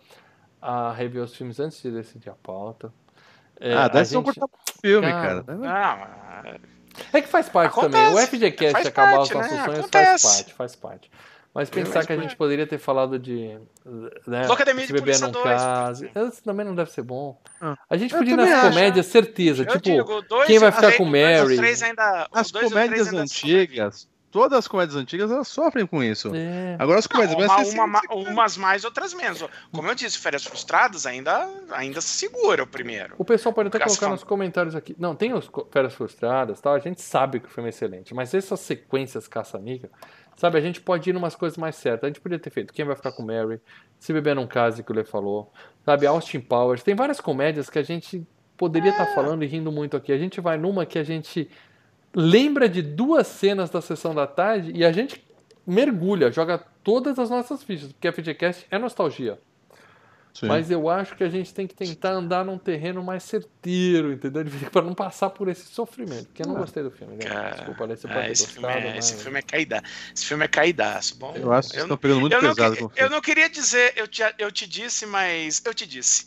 a rever os filmes antes de decidir a pauta. É, Ah, a daí vocês vão gente... cortar o filme, Cara, cara. Não, É que faz parte Acontece, também. O F G Cast faz acabar parte, os nossos né? sonhos Acontece. faz parte, faz parte. Mas pensar Faz que a gente parte. poderia ter falado de. Né, Loucademia Se de Beber Polícia Não dois, Case. pô. Isso também não deve ser bom. Ah, A gente eu podia ir também nas acho. comédias, certeza. Eu tipo, digo, o dois, quem vai a ficar re- com o dois e o Mary? três ainda, o As dois e o comédias três ainda antigas, todas as comédias antigas, elas sofrem com isso. É. Agora as Não, comédias mais uma, recentes, uma, você quer- umas mais, outras menos. Como eu disse, Férias Frustradas ainda, ainda se segura o primeiro. O pessoal pode até As colocar fam- nos comentários aqui. Não, tem os co- Férias Frustradas, tal. A gente sabe que o filme é excelente, mas essas sequências caça-níquel, sabe? A gente pode ir numas coisas mais certas. A gente podia ter feito Quem Vai Ficar com Mary, Se Beber Não Case, que o Lê falou, sabe? Austin Powers. Tem várias comédias que a gente poderia estar falando e rindo muito aqui. A gente vai numa que a gente lembra de duas cenas da Sessão da Tarde e a gente mergulha, joga todas as nossas fichas, porque a F G Cast é nostalgia. Sim. Mas eu acho que a gente tem que tentar andar num terreno mais certeiro, entendeu? Para não passar por esse sofrimento. Porque eu não gostei do filme, né? Cara, Desculpa, Alex, você ah, pode ter esse, gostado, filme é, mas... esse filme é caída. Esse filme é caidaço. Bom, Eu acho que vocês eu, estão pegando muito eu não, pesado que- com o filme. eu não queria dizer, eu te, eu te disse, mas eu te disse.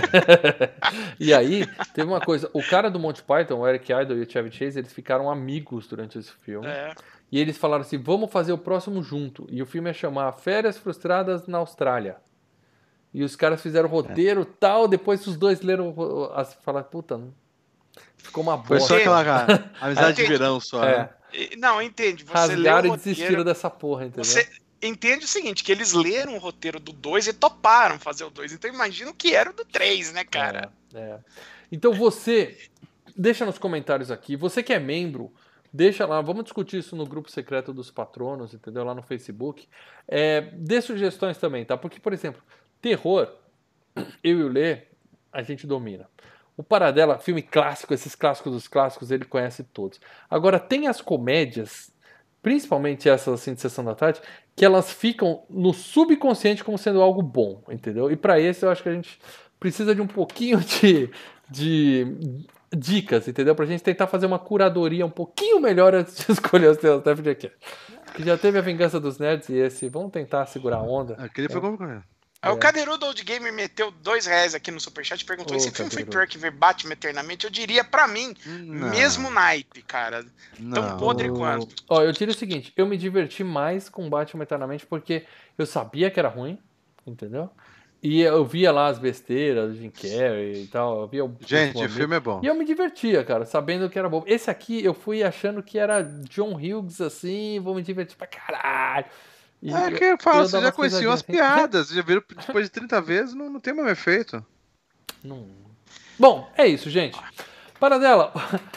E aí, teve uma coisa. O cara do Monty Python, o Eric Idle e o Chevy Chase, eles ficaram amigos durante esse filme. É. E eles falaram assim, vamos fazer o próximo junto. E o filme ia chamar Férias Frustradas na Austrália. E os caras fizeram o roteiro e tal, depois os dois leram, o- as- falaram, puta, não- ficou uma Foi bosta. só aquela amizade de Entendi. verão só, É, né? E- Não, entende. Você lê rasgaram o e desistiram roteiro, dessa porra, entendeu? você entende o seguinte, que eles leram o roteiro do dois e toparam fazer o dois. Então imagina o que era o do três, né, cara? É, é. Então você, deixa nos comentários aqui, você que é membro, deixa lá, vamos discutir isso no grupo secreto dos patronos, entendeu? Lá no Facebook. É, dê sugestões também, tá? Porque, por exemplo, terror, eu e o Lê, a gente domina. O Paradela, filme clássico, esses clássicos dos clássicos, ele conhece todos. Agora, tem as comédias, principalmente essas assim de Sessão da Tarde, que elas ficam no subconsciente como sendo algo bom, entendeu? E para esse eu acho que a gente precisa de um pouquinho de, de dicas, entendeu? Pra gente tentar fazer uma curadoria um pouquinho melhor antes de escolher os teus da F G Q. Que já teve a Vingança dos Nerds e esse, vamos tentar segurar a onda. Aquele foi como. Aí O Cadeirudo Old Gamer meteu dois reais aqui no Superchat e perguntou: Ô, esse filme foi Cadeirudo. pior que ver Batman eternamente? Eu diria, pra mim, Não. mesmo naipe, cara. Tão Não. podre O- quanto. Ó, eu diria o seguinte, eu me diverti mais com Batman Eternamente porque eu sabia que era ruim, entendeu? E eu via lá as besteiras, Jim Carrey e tal. Eu via o, Gente, o filme é bom. E eu me divertia, cara, sabendo que era bom. Esse aqui eu fui achando que era John Hughes, assim, vou me divertir pra caralho. E é eu, que eu falo, eu você já conheciam as assim. piadas, já viram depois de trinta vezes, não, não tem o mesmo efeito. Não. Bom, é isso, gente. Paradela,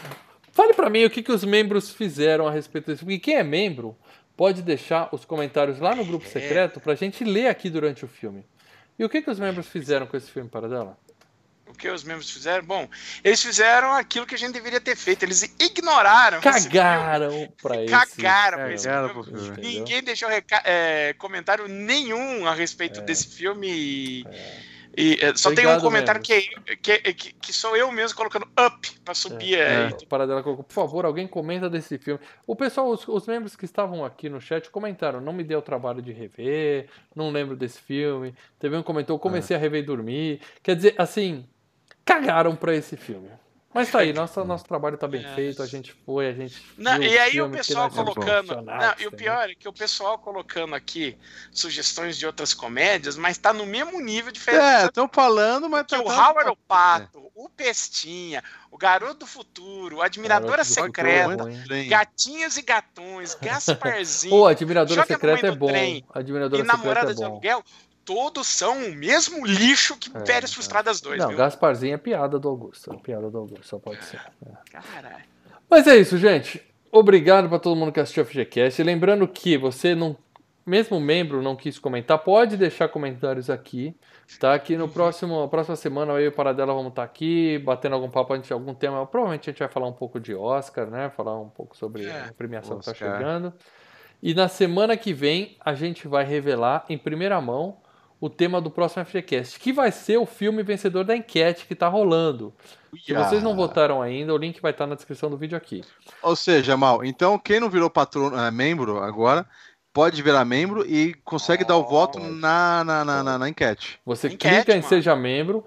fale pra mim o que, que os membros fizeram a respeito disso. Porque quem é membro pode deixar os comentários lá no grupo secreto pra gente ler aqui durante o filme. E o que, que os membros fizeram com esse filme, Paradela? O que os membros fizeram? Bom, eles fizeram aquilo que a gente deveria ter feito. Eles ignoraram. Cagaram pra esse. Cagaram pra esse Cagaram filme. pro filme. Ninguém deixou é, comentário nenhum a respeito É. desse filme. E, É. e é, só Obrigado, tem um comentário que, é, que, é, que, que sou eu mesmo colocando up pra subir. É. É. O Paradela colocou, por favor, alguém comenta desse filme. O pessoal, os, os membros que estavam aqui no chat comentaram, não me deu o trabalho de rever, não lembro desse filme. Teve um que comentou, comecei é. a rever e dormir. Quer dizer, assim, cagaram pra esse filme. Mas tá aí, nosso, nosso trabalho tá bem é. feito, a gente foi, a gente. Não, e aí o filme, pessoal colocando. Não, e o pior é que o pessoal colocando aqui sugestões de outras comédias, mas tá no mesmo nível de É, estão falando, mas que tá. O Howard o Pato, é. o Pestinha, o Garoto do Futuro, o Admiradora Secreta, Gatinhos e Gatões, Gasparzinho. Ô, Admiradora Secreta é bom. Trem, Admiradora e Namorada é de Aluguel. Todos são o mesmo lixo que é, Férias Frustradas dois. Não, viu? Gasparzinho é piada do Augusto. É piada do Augusto, só pode ser. É. Caralho. Mas é isso, gente. Obrigado pra todo mundo que assistiu a F G Cast. Lembrando que você não, mesmo membro não quis comentar, pode deixar comentários aqui. Tá aqui no próximo, próxima semana eu e o Paradela vamos estar aqui batendo algum papo antes de algum tema. Provavelmente a gente vai falar um pouco de Oscar, né? Falar um pouco sobre é, a premiação Oscar. que tá chegando. E na semana que vem a gente vai revelar em primeira mão o tema do próximo F G Cast, que vai ser o filme vencedor da enquete que tá rolando. Se vocês não votaram ainda, o link vai estar na descrição do vídeo aqui. Ou seja, Mal, então quem não virou patrono, é, membro agora, pode virar membro e consegue oh, dar o voto na, na, na, na, na enquete. Você enquete, clica em mano. Seja Membro,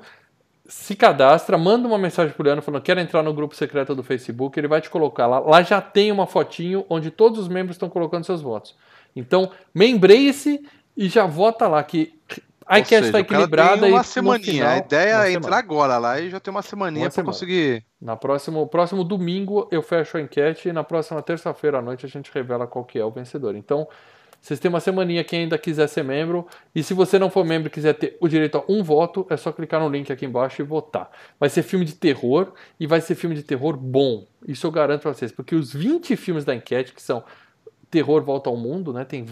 se cadastra, manda uma mensagem pro Leandro falando quero entrar no grupo secreto do Facebook, ele vai te colocar lá. Lá já tem uma fotinho onde todos os membros estão colocando seus votos. Então, membreie-se e já vota lá, que a enquete está equilibrada. Tem uma e semaninha, final, a ideia é semana. entrar agora lá e já tem uma semaninha para conseguir. Na próximo, próximo domingo eu fecho a enquete e na próxima terça-feira à noite a gente revela qual que é o vencedor. Então, vocês têm uma semaninha quem ainda quiser ser membro. E se você não for membro e quiser ter o direito a um voto, é só clicar no link aqui embaixo e votar. Vai ser filme de terror e vai ser filme de terror bom. Isso eu garanto pra vocês. Porque os vinte filmes da enquete, que são Terror Volta ao Mundo, né? Tem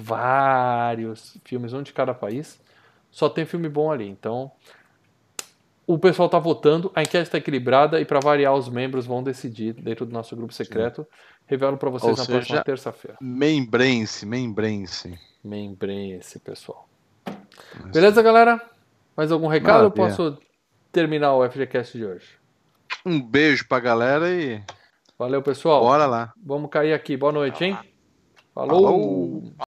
vários filmes, um de cada país. Só tem filme bom ali. Então, o pessoal tá votando, a enquete está equilibrada e para variar os membros vão decidir dentro do nosso grupo secreto. Sim. Revelo para vocês Ou na seja, próxima terça-feira. Membrense, membrense. Membrense, pessoal. Mas beleza, sim. galera? Mais algum recado? Eu posso terminar o F G Cast de hoje? Um beijo pra galera e... Valeu, pessoal. Bora lá. Vamos cair aqui. Boa noite, hein? Falou! Falou.